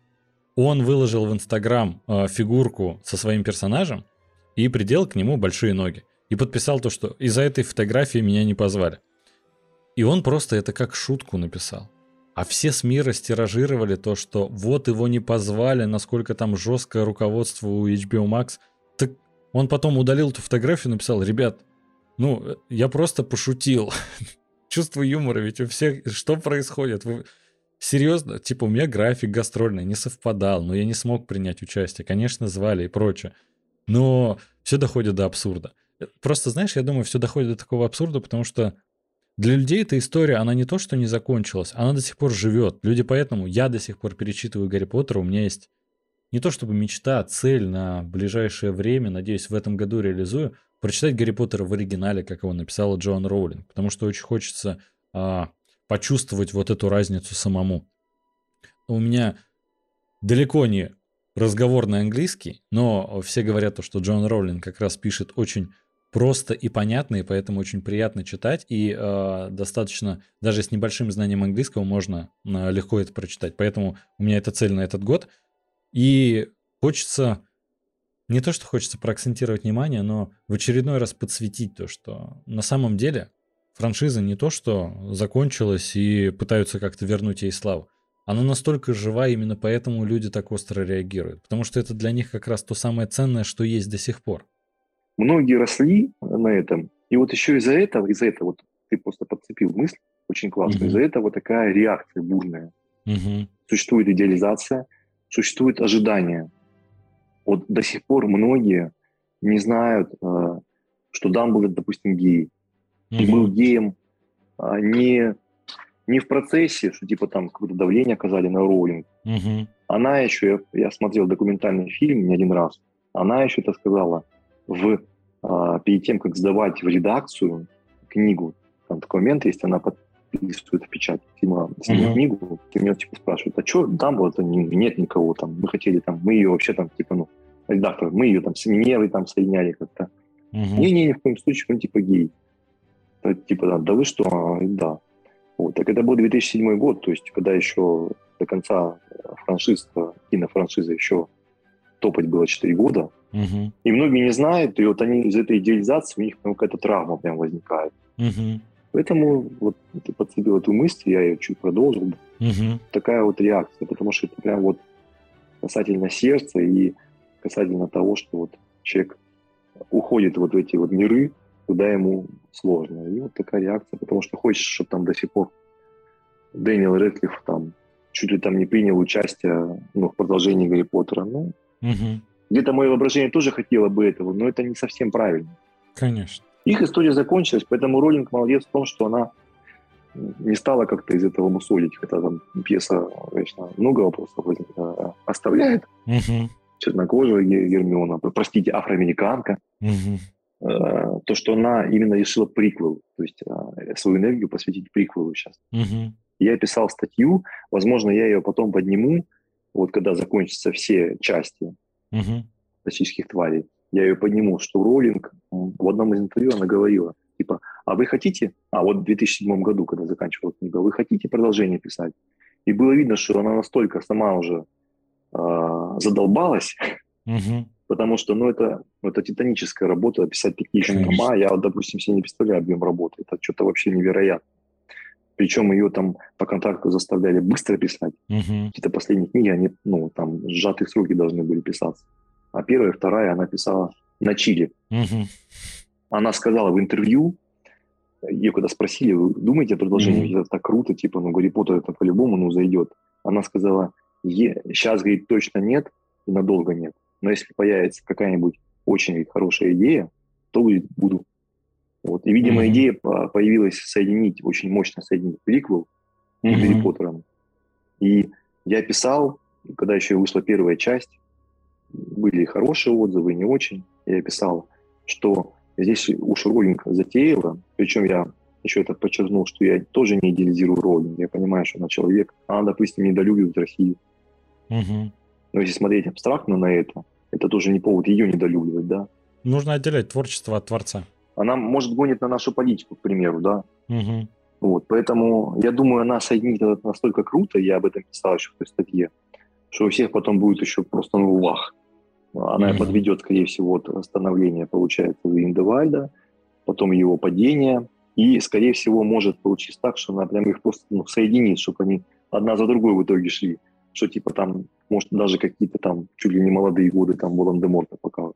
Он выложил в Инстаграм фигурку со своим персонажем и приделал к нему большие ноги. И подписал то, что из-за этой фотографии меня не позвали. И он просто это как шутку написал. А все СМИ растиражировали то, что вот его не позвали, насколько там жесткое руководство у HBO Max. Так он потом удалил эту фотографию и написал: ребят, ну, я просто пошутил. Чувство юмора ведь у всех. Что происходит? Вы... Серьезно? Типа у меня график гастрольный не совпадал, но я не смог принять участие. Конечно, звали и прочее. Но все доходит до абсурда. Просто, знаешь, я думаю, все доходит до такого абсурда, потому что для людей эта история, она не то, что не закончилась, она до сих пор живет. Люди поэтому, я до сих пор перечитываю Гарри Поттера, у меня есть не то чтобы мечта, а цель на ближайшее время, надеюсь, в этом году реализую, прочитать Гарри Поттера в оригинале, как его написала Джоан Роулинг, потому что очень хочется почувствовать вот эту разницу самому. У меня далеко не разговорный английский, но все говорят то, что Джоан Роулинг как раз пишет очень просто и понятно, и поэтому очень приятно читать, и достаточно, даже с небольшим знанием английского, можно легко это прочитать. Поэтому у меня это цель на этот год. И хочется, не то что хочется проакцентировать внимание, но в очередной раз подсветить то, что на самом деле франшиза не то, что закончилась и пытаются как-то вернуть ей славу. Она настолько жива, именно поэтому люди так остро реагируют. Потому что это для них как раз то самое ценное, что есть до сих пор. Многие росли на этом. И вот еще из-за этого, вот ты просто подцепил мысль, очень классно, из-за этого такая реакция бурная. Существует идеализация, существует ожидание. Вот до сих пор многие не знают, что Дамблдор, допустим, гей. И был геем не в процессе, что типа там какое-то давление оказали на Роулинг. Она еще, я смотрел документальный фильм не один раз, она еще это сказала перед тем, как сдавать в редакцию книгу. Там такой момент есть, она подписывает в печать книгу, и меня типа спрашивают: а что Дамблдора нет никого там, мы хотели там, мы ее вообще там типа, редактор, мы ее там с Миневой там соединяли как-то. Не-не, ни в коем случае, он типа гей. Типа, да вы что? Да. Вот. Так это был 2007 год, то есть когда еще до конца кинофраншизы еще топать было 4 года. И многие не знают, и вот они из этой идеализации, у них какая-то травма прям возникает. Поэтому вот ты подцепил эту мысль, я ее чуть продолжил. Такая вот реакция, потому что это прям вот касательно сердца и касательно того, что вот человек уходит вот в эти вот миры, куда ему сложно. И вот такая реакция, потому что хочешь, чтобы там до сих пор Дэниел Рэдклифф там чуть ли там не принял участие в продолжении Гарри Поттера. Где-то мое воображение тоже хотело бы этого, но это не совсем правильно. Конечно. Их история закончилась, поэтому Роллинг молодец в том, что она не стала как-то из этого мусолить, хотя там пьеса, конечно, много вопросов оставляет. Чернокожая Гермиона, простите, афроамериканка. То, что она именно решила приквел, то есть свою энергию посвятить приквелу сейчас. Я писал статью, возможно, я ее потом подниму, вот когда закончатся все части фантастических тварей, я ее подниму, что Роулинг в одном из интервью она говорила, типа, а вы хотите, вот в 2007 году, когда заканчивала книгу, вы хотите продолжение писать? И было видно, что она настолько сама уже задолбалась, потому что, это титаническая работа, писать такие тома. Я, допустим, себе не представляю объем работы. Это что-то вообще невероятно. Причем ее там по контракту заставляли быстро писать. Какие-то последние книги, они, там сжатые сроки должны были писаться. А первая, вторая она писала на чиле. Она сказала в интервью, ее когда спросили, вы думаете о продолжении? Это так круто, типа, Гарри Поттер это по-любому, зайдет. Она сказала, сейчас, говорит, точно нет и надолго нет. Но если появится какая-нибудь очень хорошая идея, то буду. Вот. И, видимо, идея появилась очень мощно соединить приквел с Гарри Поттером. И я писал, когда еще вышла первая часть, были хорошие отзывы, не очень. Я писал, что здесь уж Роулинг затеяла, причем я еще это подчеркнул, что я тоже не идеализирую Роулинг. Я понимаю, что она человек, она, допустим, недолюбит Россию. Но если смотреть абстрактно на это тоже не повод ее недолюбливать, да? Нужно отделять творчество от творца. она, может, гонит на нашу политику, к примеру, да. Угу. Вот, поэтому, я думаю, она соединит это настолько круто, я об этом писал еще в той статье, что у всех потом будет еще просто вах. Она подведет, скорее всего, от становления, получается, Гриндевальда, потом его падение, и, скорее всего, может получиться так, что она прям их просто соединит, чтобы они одна за другой в итоге шли, что типа там, может, даже какие-то там чуть ли не молодые годы там Волан-де-Морта пока.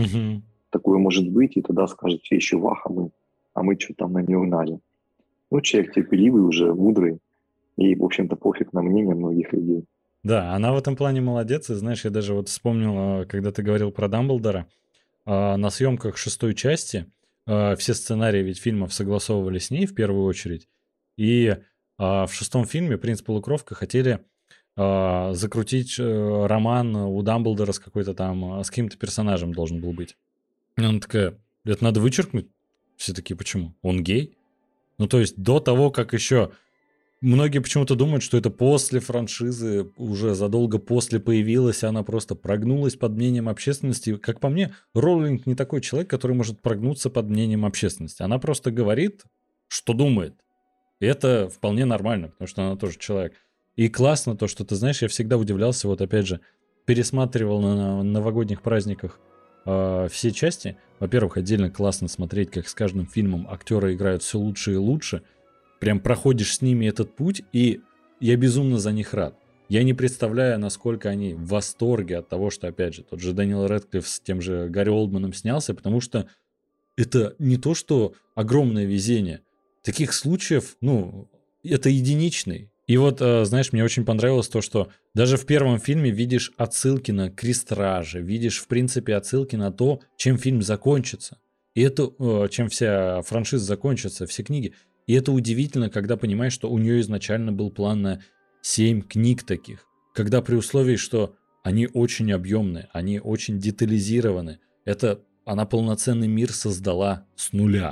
Такое может быть, и тогда скажет все еще вах, а мы что там на нее гнали. Ну, человек терпеливый уже, мудрый, и, в общем-то, пофиг на мнение многих людей. Да, она в этом плане молодец, и знаешь, я даже вот вспомнил, когда ты говорил про Дамблдора, на съемках 6-й части все сценарии ведь фильмов согласовывали с ней в первую очередь, и в 6-м фильме «Принц Полукровка» хотели закрутить роман у Дамблдора с какой-то там, с каким-то персонажем должен был быть. И она такая, это надо вычеркнуть. Все такие, почему? Он гей? Ну, то есть до того, как еще... Многие почему-то думают, что это после франшизы, уже задолго после появилась, она просто прогнулась под мнением общественности. Как по мне, Роулинг не такой человек, который может прогнуться под мнением общественности. Она просто говорит, что думает. И это вполне нормально, потому что она тоже человек. И классно то, что ты знаешь, я всегда удивлялся, вот опять же, пересматривал на новогодних праздниках все части. Во-первых, отдельно классно смотреть, как с каждым фильмом актеры играют все лучше и лучше. Прям проходишь с ними этот путь, и я безумно за них рад. Я не представляю, насколько они в восторге от того, что, опять же, тот же Дэниел Рэдклифф с тем же Гарри Олдманом снялся, потому что это не то, что огромное везение. Таких случаев, ну, это единичный. И вот, знаешь, мне очень понравилось то, что даже в первом фильме видишь отсылки на Крестража, видишь, в принципе, отсылки на то, чем фильм закончится. И это, чем вся франшиза закончится, все книги. И это удивительно, когда понимаешь, что у нее изначально был план на 7 книг таких. Когда при условии, что они очень объемные, они очень детализированы. Это она полноценный мир создала с нуля.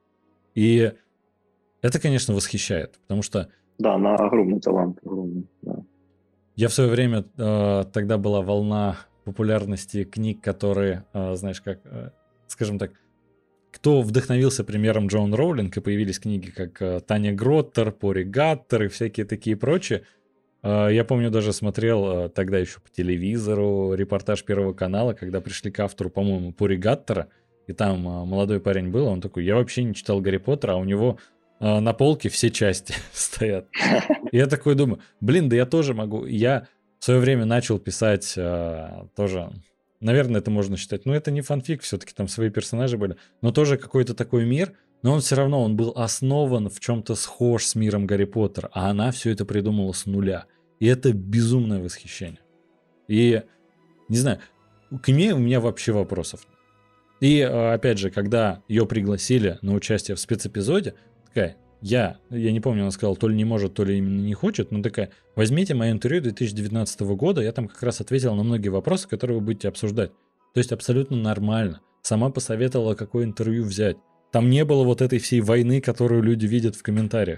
И это, конечно, восхищает, потому что... Да, она огромный талант, огромный, да. Я в свое время, тогда была волна популярности книг, которые, знаешь, как, скажем так, кто вдохновился примером Джоан Роулинг, и появились книги, как Таня Гроттер, Пори Гаттер и всякие такие прочие. Я помню, даже смотрел тогда еще по телевизору репортаж Первого канала, когда пришли к автору, по-моему, Пори Гаттера, и там молодой парень был, он такой, я вообще не читал Гарри Поттера, а у него на полке все части стоят. И я такой думаю, блин, да я тоже могу. Я в свое время начал писать тоже... Наверное, это можно считать. Но это не фанфик, все-таки там свои персонажи были. Но тоже какой-то такой мир. Но он все равно, он был основан в чем-то схож с миром Гарри Поттера. А она все это придумала с нуля. И это безумное восхищение. И, не знаю, к ней у меня вообще вопросов нет. И, опять же, когда ее пригласили на участие в спецэпизоде, такая, я не помню, она сказала, то ли не может, то ли именно не хочет, но такая, возьмите мое интервью 2019 года, я там как раз ответил на многие вопросы, которые вы будете обсуждать. То есть абсолютно нормально. Сама посоветовала, какое интервью взять. Там не было вот этой всей войны, которую люди видят в комментариях.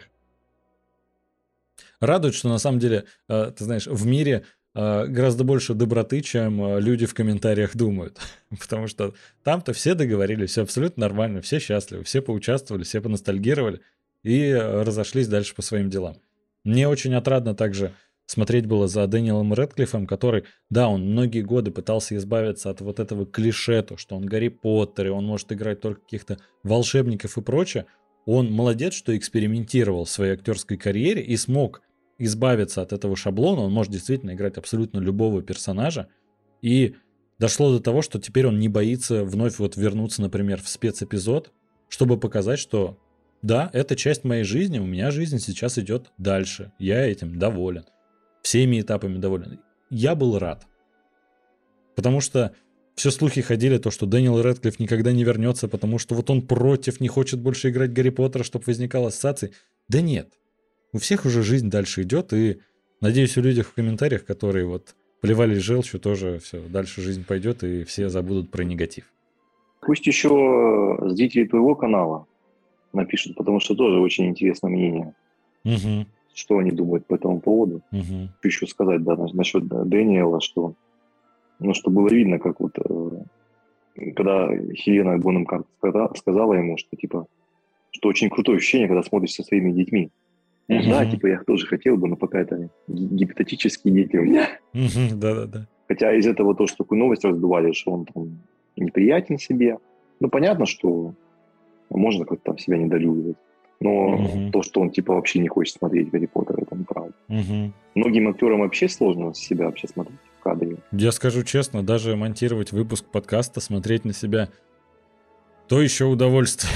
Радует, что на самом деле, ты знаешь, в мире гораздо больше доброты, чем люди в комментариях думают. Потому что там-то все договорились, все абсолютно нормально, все счастливы, все поучаствовали, все поностальгировали и разошлись дальше по своим делам. Мне очень отрадно также смотреть было за Дэниелом Рэдклиффом, который, да, он многие годы пытался избавиться от вот этого клише, то, что он Гарри Поттер, и он может играть только каких-то волшебников и прочее. Он молодец, что экспериментировал в своей актерской карьере и смог избавиться от этого шаблона. Он может действительно играть абсолютно любого персонажа. И дошло до того, что теперь он не боится вновь вот вернуться, например, в спецэпизод, чтобы показать, что да, это часть моей жизни, у меня жизнь сейчас идет дальше. Я этим доволен. Всеми этапами доволен. Я был рад. Потому что все слухи ходили, то, что Дэниел Рэдклифф никогда не вернется, потому что вот он против, не хочет больше играть Гарри Поттера, чтобы возникала ассоциация. Да нет. У всех уже жизнь дальше идет, и надеюсь, у людей в комментариях, которые вот плевались желчью, тоже все, дальше жизнь пойдет, и все забудут про негатив. Пусть еще зрители твоего канала напишут, потому что тоже очень интересное мнение. Угу. Что они думают по этому поводу. Угу. Еще сказать, да, насчет Дэниела, что, ну, что было видно, как вот когда Хелена Бонем Картер сказала ему, что, типа, что очень крутое ощущение, когда смотришь со своими детьми. Да, типа, я тоже хотел бы, но пока это гипотетические дети у меня. Да-да-да. Хотя из этого то, что такую новость раздували, что он там неприятен себе. Ну, понятно, что можно как-то там себя недолюбливать. Но то, что он, типа, вообще не хочет смотреть Гарри Поттера, это неправда. Многим актерам вообще сложно себя вообще смотреть в кадре. Я скажу честно, даже монтировать выпуск подкаста, смотреть на себя, то еще удовольствие.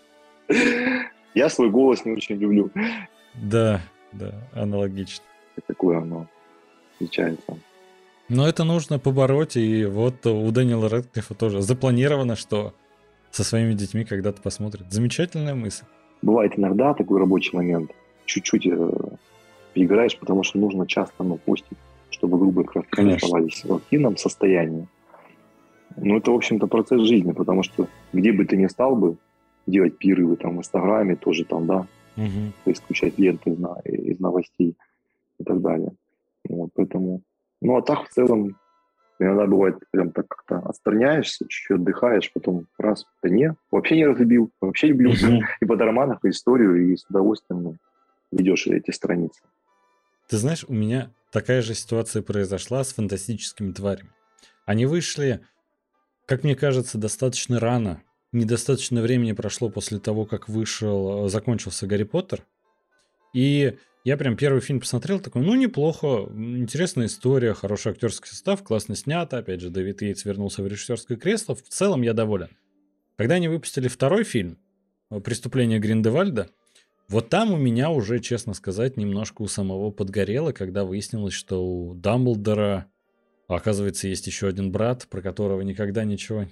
Я свой голос не очень люблю. Да, аналогично. Такое оно отличается. Но это нужно побороть, и вот у Дэниела Рэдклиффа тоже запланировано, что со своими детьми когда-то посмотрят. Замечательная мысль. Бывает иногда такой рабочий момент. Чуть-чуть перегораешь, потому что нужно часто постить, чтобы грубые кроссовки оставались в активном состоянии. Ну, это, в общем-то, процесс жизни, потому что где бы ты ни стал бы делать перерывы там в Инстаграме, тоже там, да, исключать ленты из новостей и так далее. Вот, поэтому... Ну, а так, в целом, иногда бывает, прям так как-то отстраняешься, чуть-чуть отдыхаешь, потом раз, да не, вообще не разлюбил, вообще люблю и по романах, и историю, и с удовольствием ведешь эти страницы. Ты знаешь, у меня такая же ситуация произошла с «Фантастическими тварями». Они вышли, как мне кажется, достаточно рано. Недостаточно времени прошло после того, как закончился «Гарри Поттер». И я прям первый фильм посмотрел, такой, ну, неплохо, интересная история, хороший актерский состав, классно снято. Опять же, Дэвид Йейтс вернулся в режиссерское кресло. В целом я доволен. Когда они выпустили второй фильм «Преступление Гриндевальда», вот там у меня уже, честно сказать, немножко у самого подгорело, когда выяснилось, что у Дамблдора, оказывается, есть еще один брат, про которого никогда ничего...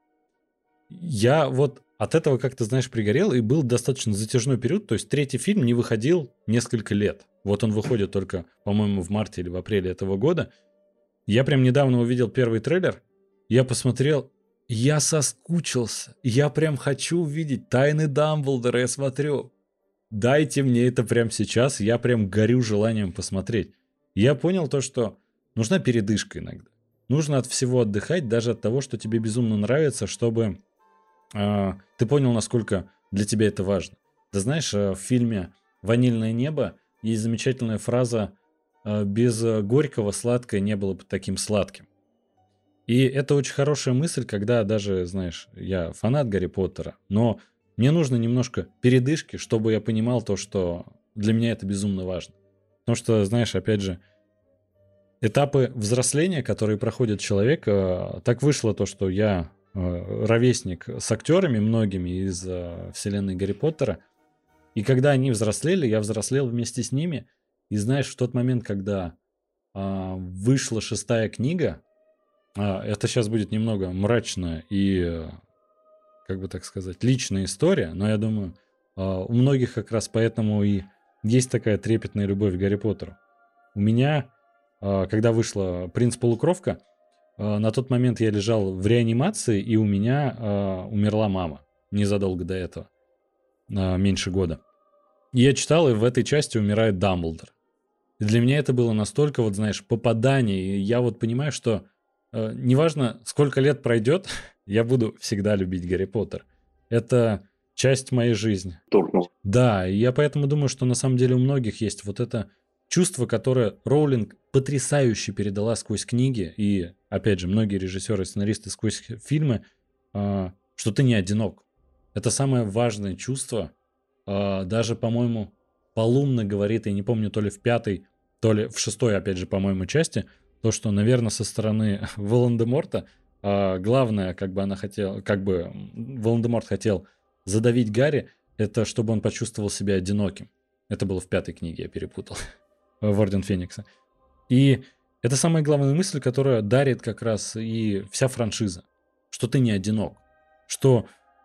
Я вот от этого как-то, знаешь, пригорел, и был достаточно затяжной период, то есть третий фильм не выходил несколько лет. Вот он выходит только, по-моему, в марте или в апреле этого года. Я прям недавно увидел первый трейлер, я посмотрел, я соскучился, я прям хочу увидеть «Тайны Дамблдора», я смотрю... Дайте мне это прямо сейчас, я прям горю желанием посмотреть. Я понял то, что нужна передышка иногда. Нужно от всего отдыхать, даже от того, что тебе безумно нравится, чтобы ты понял, насколько для тебя это важно. Ты знаешь, в фильме «Ванильное небо» есть замечательная фраза «Без горького сладкое не было бы таким сладким». И это очень хорошая мысль, когда даже, знаешь, я фанат Гарри Поттера, но мне нужно немножко передышки, чтобы я понимал то, что для меня это безумно важно. Потому что, знаешь, опять же, этапы взросления, которые проходит человек, так вышло то, что я ровесник с актерами многими из вселенной Гарри Поттера, и когда они взрослели, я взрослел вместе с ними, и знаешь, в тот момент, когда вышла 6-я книга, это сейчас будет немного мрачно и... как бы так сказать, личная история, но я думаю, у многих как раз поэтому и есть такая трепетная любовь к Гарри Поттеру. У меня, когда вышла «Принц-полукровка», на тот момент я лежал в реанимации, и у меня умерла мама незадолго до этого, меньше года. И я читал, и в этой части умирает Дамблдор. И для меня это было настолько, вот знаешь, попадание, и я вот понимаю, что неважно, сколько лет пройдет, я буду всегда любить Гарри Поттер. Это часть моей жизни. Торкнул. Да, и я поэтому думаю, что на самом деле у многих есть вот это чувство, которое Роулинг потрясающе передала сквозь книги, и, опять же, многие режиссеры и сценаристы сквозь фильмы, что ты не одинок. Это самое важное чувство. Даже, по-моему, Полумна говорит, я не помню, то ли в 5-й, то ли в 6-й, опять же, по-моему, части, то, что, наверное, со стороны Волан-де-Морта главное, как бы она хотела, как бы Волан-де-Морт хотел задавить Гарри, это чтобы он почувствовал себя одиноким. Это было в 5-й книге, я перепутал. В Орден Феникса. И это самая главная мысль, которая дарит как раз и вся франшиза. Что ты не одинок. Что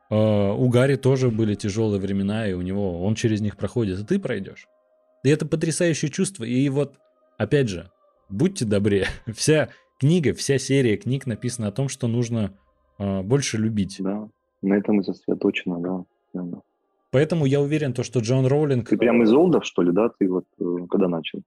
у Гарри тоже были тяжелые времена, и у него он через них проходит, и ты пройдешь. И это потрясающее чувство. И вот, опять же, будьте добрее. Вся книга, вся серия книг написана о том, что нужно больше любить. Да, на этом и сосредоточено, да. Поэтому я уверен, то, что Джон Роулинг... Ты прям из олдов, что ли, да? Ты вот когда начал?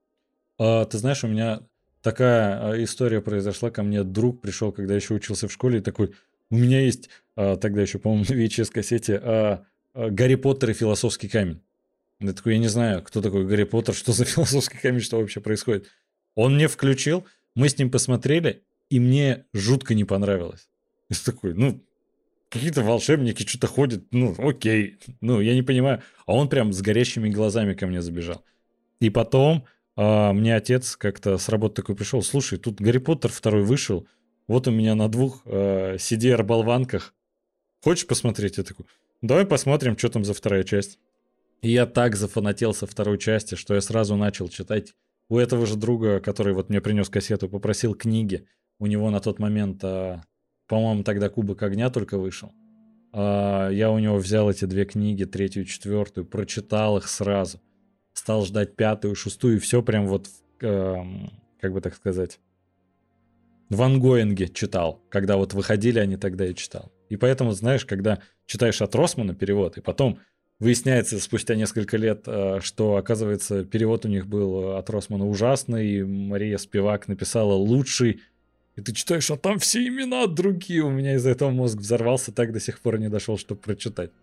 Ты знаешь, у меня такая история произошла. Ко мне друг пришел, когда я еще учился в школе, и такой: У меня есть тогда еще, по-моему, на VHS-кассете «Гарри Поттер и философский камень». Я такой, я не знаю, кто такой Гарри Поттер, что за философский камень, что вообще происходит. Он мне включил, мы с ним посмотрели, и мне жутко не понравилось. Я такой, ну, какие-то волшебники что-то ходят, ну, окей. Ну, я не понимаю. А он прям с горящими глазами ко мне забежал. И потом мне отец как-то с работы такой пришел, слушай, тут Гарри Поттер второй вышел, вот у меня на 2 CD-болванках. Хочешь посмотреть? Я такой, давай посмотрим, что там за вторая часть. И я так зафанател со второй части, что я сразу начал читать. У этого же друга, который вот мне принес кассету, попросил книги. У него на тот момент, по-моему, тогда «Кубок огня» только вышел. Я у него взял эти 2 книги, 3-ю и 4-ю, прочитал их сразу. Стал ждать 5-ю, 6-ю, и все прям вот, как бы так сказать, в ангоинге читал. Когда вот выходили они, тогда и читал. И поэтому, знаешь, когда читаешь от Росмана перевод, и потом выясняется спустя несколько лет, что, оказывается, перевод у них был от Росмана ужасный, и Мария Спивак написала лучший, и ты читаешь, а там все имена другие. У меня из-за этого мозг взорвался, так до сих пор не дошел, чтобы прочитать.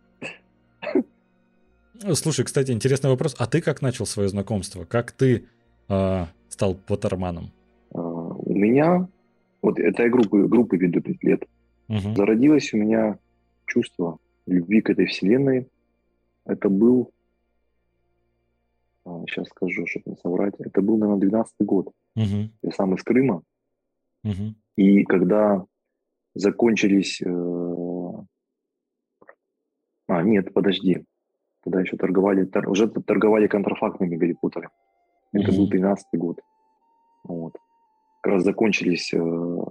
Слушай, кстати, интересный вопрос. А ты как начал свое знакомство? Как ты стал Поттерманом? У меня, вот это я группы веду 5 лет, зародилось у меня чувство любви к этой вселенной. Это был, сейчас скажу, чтобы не соврать, это был, наверное, 12-й год. Я сам из Крыма. И когда закончились... нет, подожди. Тогда еще уже торговали контрафактными Гарри Поттерами. Это был 13-й год. Вот. Как раз закончился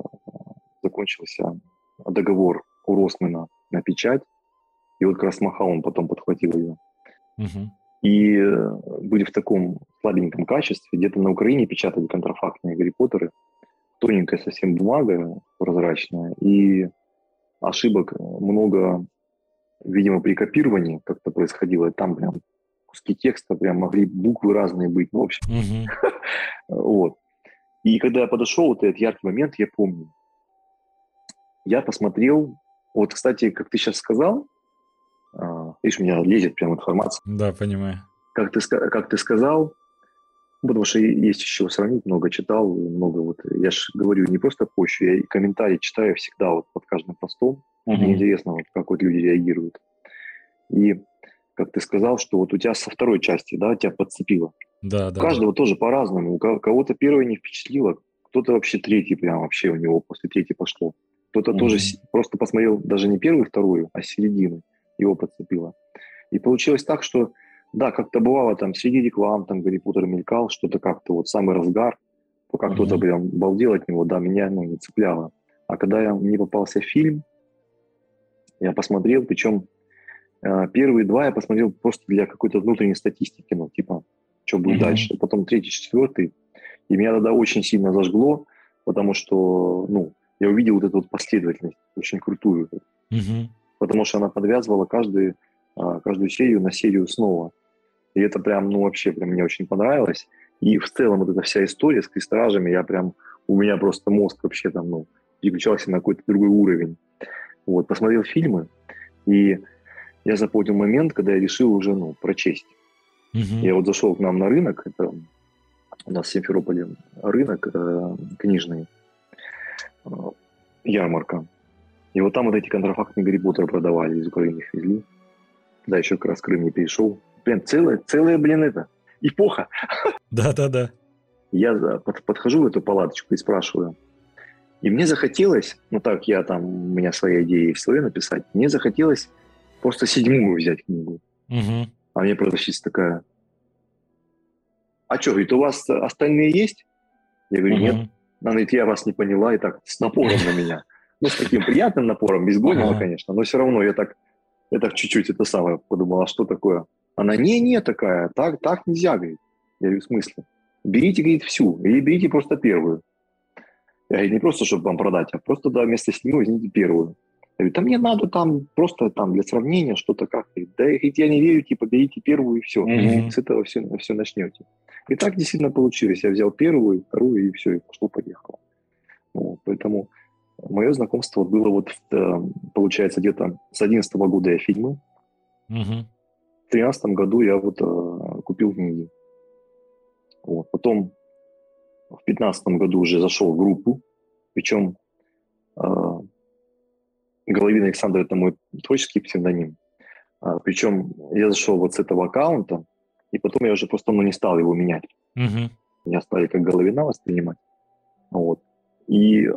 договор у Росмана на печать. И вот как раз Махаон потом подхватил ее. И были в таком слабеньком качестве. Где-то на Украине печатали контрафактные Гарри Поттеры. Тоненькая совсем бумага, прозрачная. И ошибок много, видимо, при копировании как-то происходило. Там прям куски текста, прям могли буквы разные быть. Ну, в общем. Вот. И когда я подошел, вот этот яркий момент, я помню. Я посмотрел, вот, кстати, как ты сейчас сказал, видишь, у меня лезет прям информация. Да, понимаю. Как ты сказал, потому что есть еще сравнить, много читал, много вот, я же говорю, не просто пощу, я и комментарии читаю всегда вот под каждым постом. Мне интересно, вот, как вот люди реагируют. И как ты сказал, что вот у тебя со второй части, да, тебя подцепило. Да. У каждого тоже по-разному. У кого-то первая не впечатлила, кто-то вообще третий прям вообще у него после третьей пошло. Кто-то тоже просто посмотрел даже не первую, вторую, а середину. Его подцепило. И получилось так, что да, как-то бывало там среди реклам, там Гарри Поттер мелькал, что-то как-то вот самый разгар, пока кто-то прям балдел от него, да, меня не цепляло. А когда мне попался фильм, я посмотрел, причем первые 2 я посмотрел просто для какой-то внутренней статистики, ну, типа, что будет дальше. Потом 3-й, 4-й. И меня тогда очень сильно зажгло, потому что, ну, я увидел вот эту вот последовательность, очень крутую. Потому что она подвязывала каждую серию на серию снова. И это прям, ну, вообще прям мне очень понравилось. И в целом вот эта вся история с крестражами, у меня просто мозг вообще там, ну, переключался на какой-то другой уровень. Вот, посмотрел фильмы, и я запомнил момент, когда я решил уже, ну, прочесть. Я вот зашел к нам на рынок, это у нас в Симферополе рынок книжный, ярмарка. И вот там вот эти контрафактные Гарри Поттеры продавали, из Украины их везли. Да, еще как раз Крым не перешел. Блин, целая, блин, это, эпоха. Да. Я подхожу в эту палаточку и спрашиваю. И мне захотелось, ну так, у меня своя идея свое написать, мне захотелось просто 7-ю взять книгу. А мне продавщица такая, а что, говорит, у вас остальные есть? Я говорю, нет. Она говорит, я вас не поняла, и так с напором на меня. Ну, с таким приятным напором, без гонева, конечно, но все равно я так чуть-чуть это самое подумал, а что такое? Она, не такая, так нельзя, говорит. Я говорю, в смысле? Берите, говорит, всю, или берите просто первую. Я говорю, не просто, чтобы вам продать, а просто, да, вместо 7 возьмите первую. Я говорю, мне надо там просто там для сравнения что-то как-то. Да, говорит, я не верю, типа, берите первую и все. С этого все начнете. И так действительно получилось. Я взял первую, вторую и все, и пошло-поехало. Вот, поэтому Мое знакомство было вот, получается, где-то с 2011 года я фильмы. Угу. В 2013 году я вот купил книги. Вот. Потом в 2015 году уже зашел в группу. Причем Головин Александр – это мой творческий псевдоним. Причем я зашел вот с этого аккаунта, и потом я уже просто не стал его менять. Угу. Меня стали как Головина воспринимать. Вот. И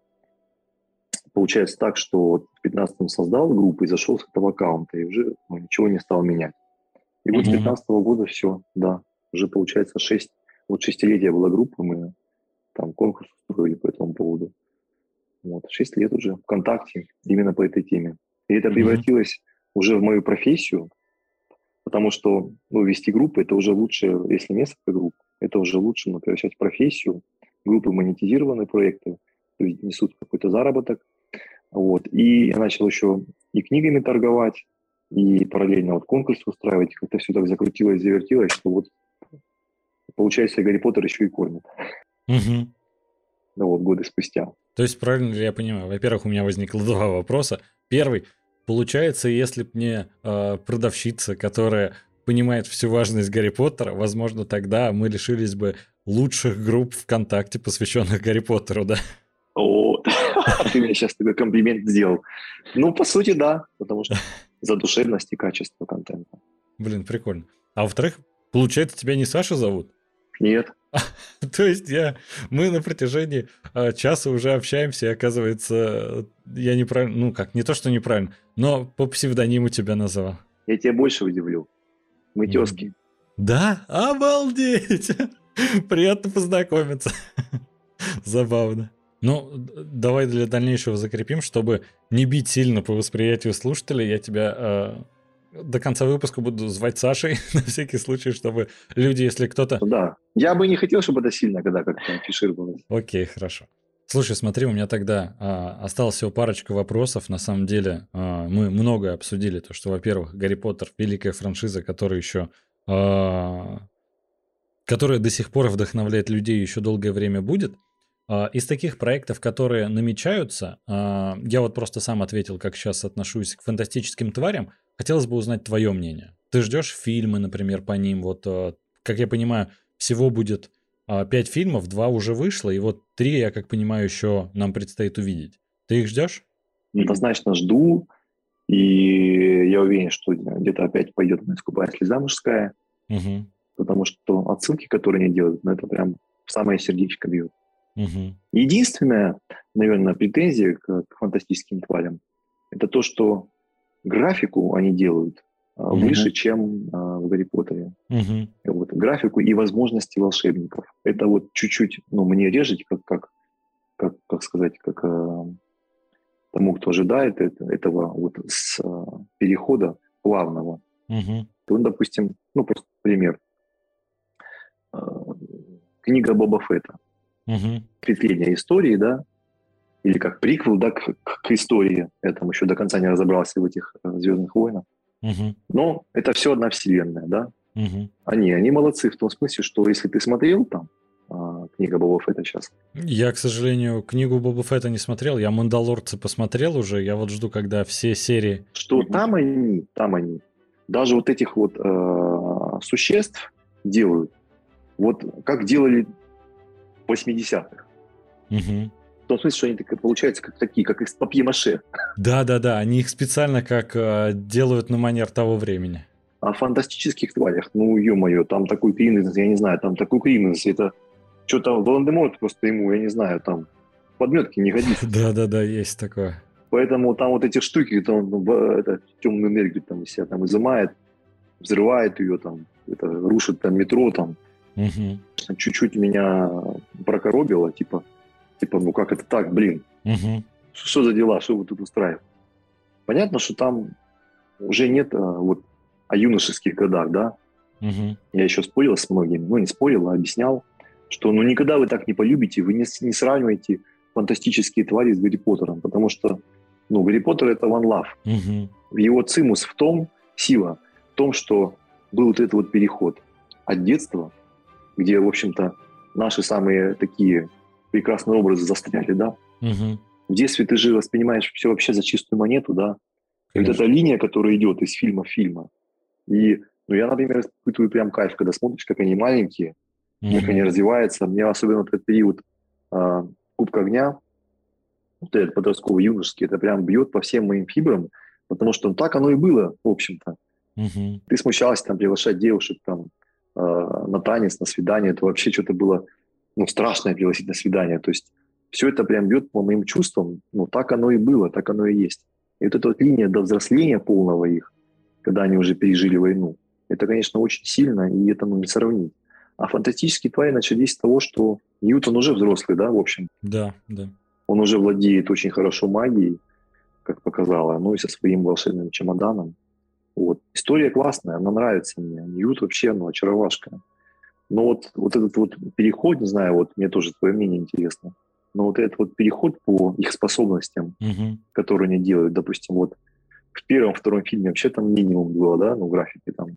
получается так, что вот в 2015-м создал группу и зашел с этого аккаунта, и уже ничего не стал менять. И вот с 2015 года все, да, уже получается 6-летие была группа, мы там конкурс устроили по этому поводу. Вот, 6 лет уже ВКонтакте именно по этой теме. И это превратилось уже в мою профессию, потому что вести группы – это уже лучше, если несколько групп, это уже лучше превращать в профессию. Группы монетизированные проекты, то есть несут какой-то заработок. Вот. И я начал еще и книгами торговать, и параллельно вот конкурсы устраивать. Как-то все так закрутилось, завертелось, что вот получается Гарри Поттер еще и кормит. Угу. Вот, годы спустя. То есть, правильно ли я понимаю? Во-первых, у меня возникло 2 вопроса. Первый. Получается, если бы мне продавщица, которая понимает всю важность Гарри Поттера, возможно, тогда мы лишились бы лучших групп ВКонтакте, посвященных Гарри Поттеру, да? О, ты мне сейчас такой комплимент сделал. По сути, да, потому что задушевность и качество контента. Блин, прикольно. А во-вторых, получается, тебя не Саша зовут? Нет. То есть мы на протяжении часа уже общаемся, и оказывается, я неправильно, не то, что неправильно, но по псевдониму тебя назвал. Я тебя больше удивлю. Мы тезки. Да? Обалдеть! Приятно познакомиться. Забавно. Давай для дальнейшего закрепим, чтобы не бить сильно по восприятию слушателей. Я тебя до конца выпуска буду звать Сашей, на всякий случай, чтобы люди, если кто-то... Да, я бы не хотел, чтобы это сильно когда как-то афишировалось. Окей, хорошо. Слушай, смотри, у меня тогда осталось всего парочка вопросов. На самом деле мы многое обсудили. То, что, во-первых, Гарри Поттер – великая франшиза, которая до сих пор вдохновляет людей, еще долгое время будет. Из таких проектов, которые намечаются, я вот просто сам ответил, как сейчас отношусь к фантастическим тварям. Хотелось бы узнать твое мнение. Ты ждешь фильмы, например, по ним? Вот, как я понимаю, всего будет 5 фильмов, 2 уже вышло, и вот 3, я как понимаю, еще нам предстоит увидеть. Ты их ждешь? Однозначно жду, и я уверен, что где-то опять пойдет «Скупая слеза мужская», потому что отсылки, которые они делают, это прям в самое сердечко бьют. Единственная, наверное, претензия к фантастическим тварям – это то, что графику они делают выше, чем в Гарри Поттере. Вот, графику и возможности волшебников. Это вот чуть-чуть, мне режет, как сказать, как тому, кто ожидает этого вот с перехода плавного. То, допустим, просто пример. Книга Боба Фетта. Ответвление истории, да, или как приквел, да, к истории. Я там еще до конца не разобрался в этих «Звездных войнах». Но это все одна вселенная, да. Они молодцы в том смысле, что если ты смотрел там книга Боба Фетта сейчас. Я, к сожалению, книгу Боба Фетта не смотрел. Я «Мандалорца» посмотрел уже. Я вот жду, когда все серии... Что там они, даже вот этих вот существ делают, вот как делали в 80-х. В том смысле, что они получаются как из папье-маше. Да, они их специально как делают на манер того времени. О фантастических тварях, ё-моё, там такой криминал, я не знаю, это что-то Волан-де-Морт просто ему, я не знаю, там подметки не годится. Да, есть такое. Поэтому там вот эти штуки, там темную энергию там из себя там изымает, взрывает ее, там, это рушит там метро, там. Чуть-чуть меня прокоробило, типа, как это так, блин? Что за дела, что вы тут устраиваете? Понятно, что там уже нет вот о юношеских годах, да? Я еще спорил с многими, не спорил, а объяснял, что никогда вы так не полюбите, вы не сравниваете фантастические твари с Гарри Поттером, потому что, Гарри Поттер — это one love. Его цимус в том, сила в том, что был вот этот вот переход от детства, где, в общем-то, наши самые такие прекрасные образы застряли, да? в детстве ты же воспринимаешь все вообще за чистую монету, да. И вот эта линия, которая идет из фильма в фильма. И, ну, я, например, испытываю прям кайф, когда смотришь, как они маленькие, как они развиваются. Мне особенно этот период Кубка огня, вот этот подростковый, юношеский, это прям бьет по всем моим фибрам, потому что так оно и было, в общем-то. Ты смущался там приглашать девушек там на танец, на свидание, это вообще что-то было, ну, страшное пригласить на свидание. То есть все это прям бьет по моим чувствам, ну, так оно и было, так оно и есть. И вот эта вот линия до взросления полного их, когда они уже пережили войну, это, конечно, очень сильно, и это, ну, не сравнить. А фантастические твари начались с того, что Ньютон уже взрослый, да, в общем. Да, да. Он уже владеет очень хорошо магией, как показало, ну и со своим волшебным чемоданом. Вот. История классная, она нравится мне. Ньют вообще, ну, очаровашка. Но вот этот вот переход, не знаю, вот мне тоже твое мнение интересно, но вот этот вот переход по их способностям, которые они делают, допустим, вот в первом-втором фильме вообще там минимум было, да, ну, графики там.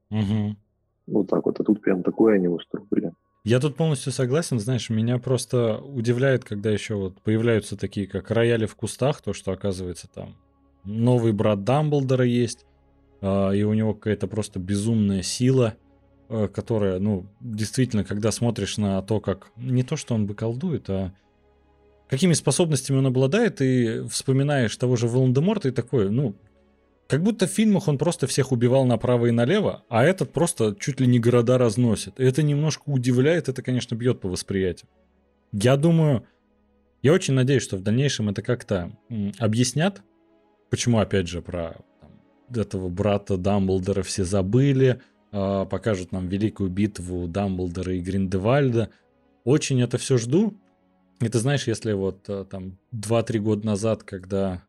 Вот так вот, а тут прям такое они устроили. Я тут полностью согласен, знаешь, меня просто удивляет, когда еще вот появляются такие, как рояли в кустах, то, что, оказывается, там новый брат Дамблдора есть, и у него какая-то просто безумная сила, которая, ну, действительно, когда смотришь на то, как... Не то, что он бы колдует, а какими способностями он обладает, и вспоминаешь того же Волан-де-Морта, и такое, ну, как будто в фильмах он просто всех убивал направо и налево, а этот просто чуть ли не города разносит. И это немножко удивляет, это, конечно, бьет по восприятию. Я думаю, я очень надеюсь, что в дальнейшем это как-то объяснят, почему, опять же, про этого брата Дамблдора все забыли, покажут нам великую битву Дамблдора и Гриндевальда. Очень это все жду. И ты знаешь, если вот там 2-3 года назад, когда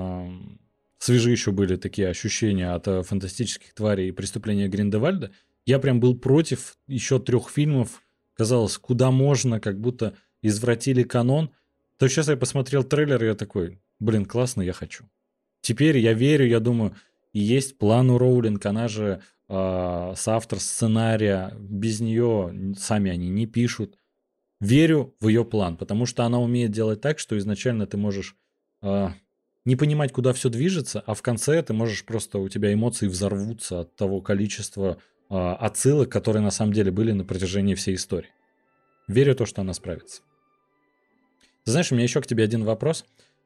свежие еще были такие ощущения от фантастических тварей и преступления Гриндевальда, я прям был против еще 3 фильмов. Казалось, куда можно, как будто извратили канон. То сейчас я посмотрел трейлер, и я такой, блин, классно, я хочу. Теперь я верю, я думаю, и есть план у Роулинг, она же соавтор сценария, без нее сами они не пишут. Верю в ее план, потому что она умеет делать так, что изначально ты можешь не понимать, куда все движется, а в конце ты можешь просто, у тебя эмоции взорвутся от того количества отсылок, которые на самом деле были на протяжении всей истории. Верю в то, что она справится. Ты знаешь, у меня еще к тебе один вопрос.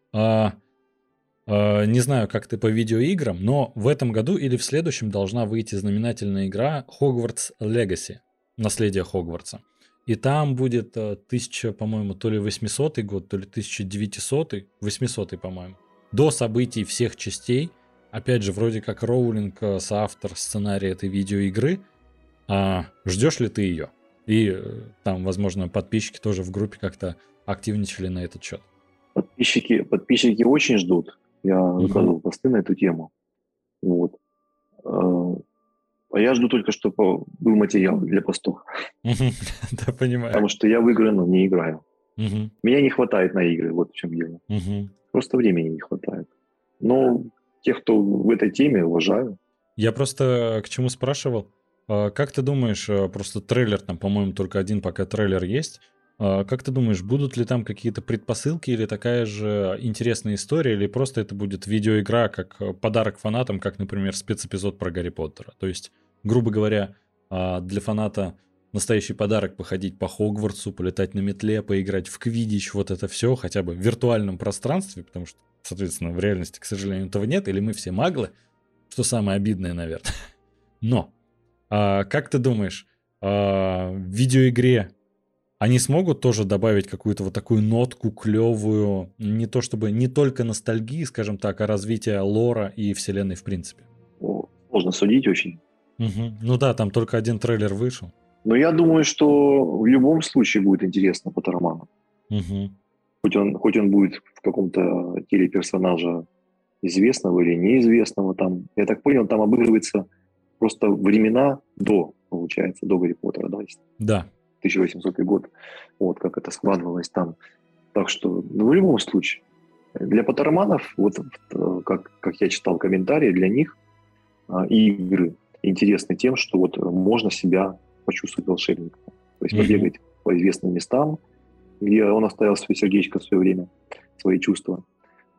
Не знаю, как ты по видеоиграм, но в этом году или в следующем должна выйти знаменательная игра Hogwarts Legacy, наследие Хогвартса. И там будет 1000, по-моему, то ли 800 год, то ли 1900, 800, по-моему. До событий всех частей. Опять же, вроде как Роулинг соавтор сценария этой видеоигры. Ждешь ли ты ее? И там, возможно, подписчики тоже в группе как-то активничали на этот счет. Подписчики очень ждут. Я выкладывал посты на эту тему. Вот. А я жду только, чтобы был материал для постов. Да, понимаю. Потому что я в игры, не играю. Меня не хватает на игры, вот в чем дело. Просто времени не хватает. Но тех, кто в этой теме, уважаю. Я просто к чему спрашивал. Как ты думаешь, просто трейлер, там, по-моему, только один пока трейлер есть. Как ты думаешь, будут ли там какие-то предпосылки или такая же интересная история, или просто это будет видеоигра как подарок фанатам, как, например, спецэпизод про Гарри Поттера? То есть, грубо говоря, для фаната настоящий подарок походить по Хогвартсу, полетать на метле, поиграть в квиддич, вот это все, хотя бы в виртуальном пространстве, потому что, соответственно, в реальности, к сожалению, этого нет, или мы все маглы, что самое обидное, наверное. Но, как ты думаешь, в видеоигре они смогут тоже добавить какую-то вот такую нотку клевую, не то чтобы не только ностальгии, скажем так, а развития лора и вселенной в принципе? Сложно судить очень. Ну да, там только один трейлер вышел. Но я думаю, что в любом случае будет интересно Поттерману. Хоть он будет в каком-то теле персонажа известного или неизвестного. Там, я так понял, там обыгрывается просто времена до Гарри Поттера, да? Да. 1800 год, вот как это складывалось там. Так что, в любом случае, для Поттерманов, вот как я читал комментарии, для них игры интересны тем, что вот можно себя почувствовать волшебником. То есть побегать по известным местам, где он оставил свое сердечко в свое время, свои чувства.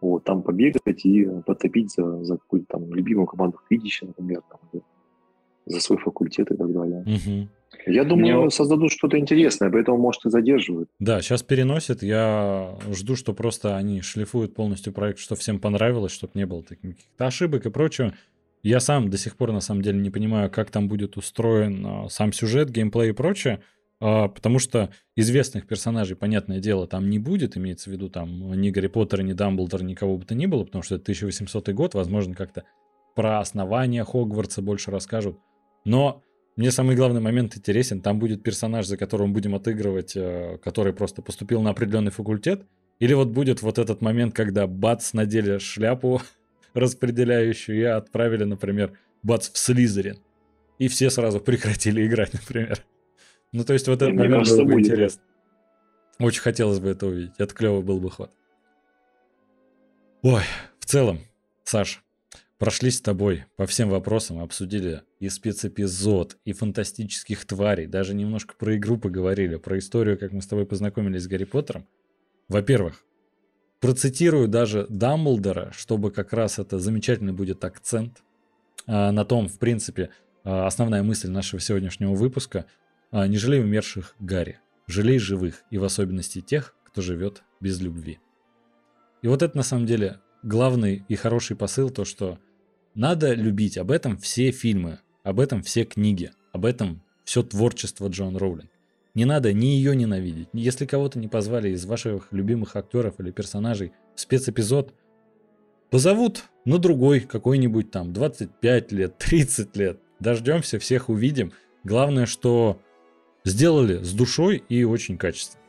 Вот, там побегать и потопить за какую-то там любимую команду в Квиддиче, например, там, или за свой факультет и так далее. Мгм. Я думаю, создадут что-то интересное, поэтому, может, и задерживают. Да, сейчас переносят. Я жду, что просто они шлифуют полностью проект, что всем понравилось, чтобы не было таких каких-то ошибок и прочего. Я сам до сих пор, на самом деле, не понимаю, как там будет устроен сам сюжет, геймплей и прочее, потому что известных персонажей, понятное дело, там не будет, имеется в виду там ни Гарри Поттера, ни Дамблдора, никого бы то ни было, потому что это 1800 год, возможно, как-то про основания Хогвартса больше расскажут. Но мне самый главный момент интересен. Там будет персонаж, за которым будем отыгрывать, который просто поступил на определенный факультет. Или вот будет вот этот момент, когда бац, надели шляпу распределяющую и отправили, например, бац, в Слизерин. И все сразу прекратили играть, например. Ну, то есть вот этот Мне момент кажется, был бы будет. интересно. Очень хотелось бы это увидеть. Это клевый был бы ход. Ой, в целом, Саш, прошлись с тобой по всем вопросам, обсудили и спецэпизод, и фантастических тварей, даже немножко про игру поговорили, про историю, как мы с тобой познакомились с Гарри Поттером. Во-первых, процитирую даже Дамблдора, чтобы как раз это замечательный будет акцент на том, в принципе, основная мысль нашего сегодняшнего выпуска. Не жалей умерших, Гарри, жалей живых, и в особенности тех, кто живет без любви. И вот это на самом деле главный и хороший посыл, то что надо любить. Об этом все фильмы, об этом все книги, об этом все творчество Джоан Роулинг. Не надо ни ее ненавидеть. Если кого-то не позвали из ваших любимых актеров или персонажей в спецэпизод, позовут на другой какой-нибудь там 25 лет, 30 лет. Дождемся, всех увидим. Главное, что сделали с душой и очень качественно.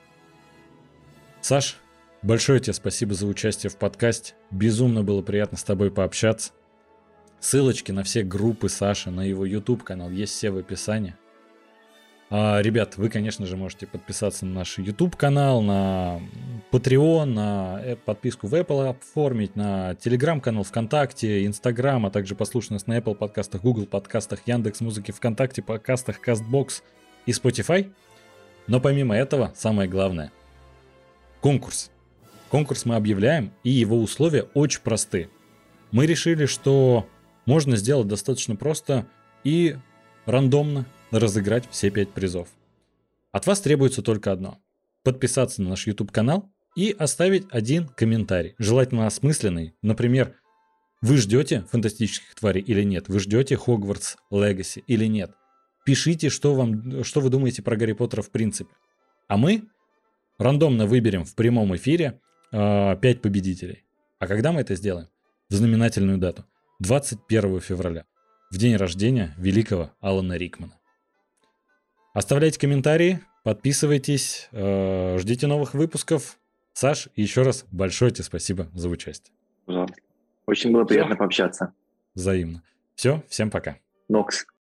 Саш, большое тебе спасибо за участие в подкасте. Безумно было приятно с тобой пообщаться. Ссылочки на все группы Саши, на его YouTube-канал есть все в описании. Ребят, вы, конечно же, можете подписаться на наш YouTube-канал, на Patreon, на подписку в Apple оформить, на Telegram-канал ВКонтакте, Instagram, а также послушать нас на Apple подкастах, Google подкастах, Яндекс.Музыке, ВКонтакте, подкастах, CastBox и Spotify. Но помимо этого, самое главное – конкурс. Конкурс мы объявляем, и его условия очень просты. Мы решили, что можно сделать достаточно просто и рандомно разыграть все 5 призов. От вас требуется только одно. Подписаться на наш YouTube-канал и оставить один комментарий, желательно осмысленный. Например, вы ждете фантастических тварей или нет? Вы ждете Хогвартс Легаси или нет? Пишите, что вы думаете про Гарри Поттера в принципе. А мы рандомно выберем в прямом эфире 5 победителей. А когда мы это сделаем? В знаменательную дату. 21 февраля. В день рождения великого Алана Рикмана. Оставляйте комментарии, подписывайтесь, ждите новых выпусков. Саш, еще раз большое тебе спасибо за участие. Пожалуйста. Очень было приятно пообщаться. Взаимно. Все, всем пока. Нокс.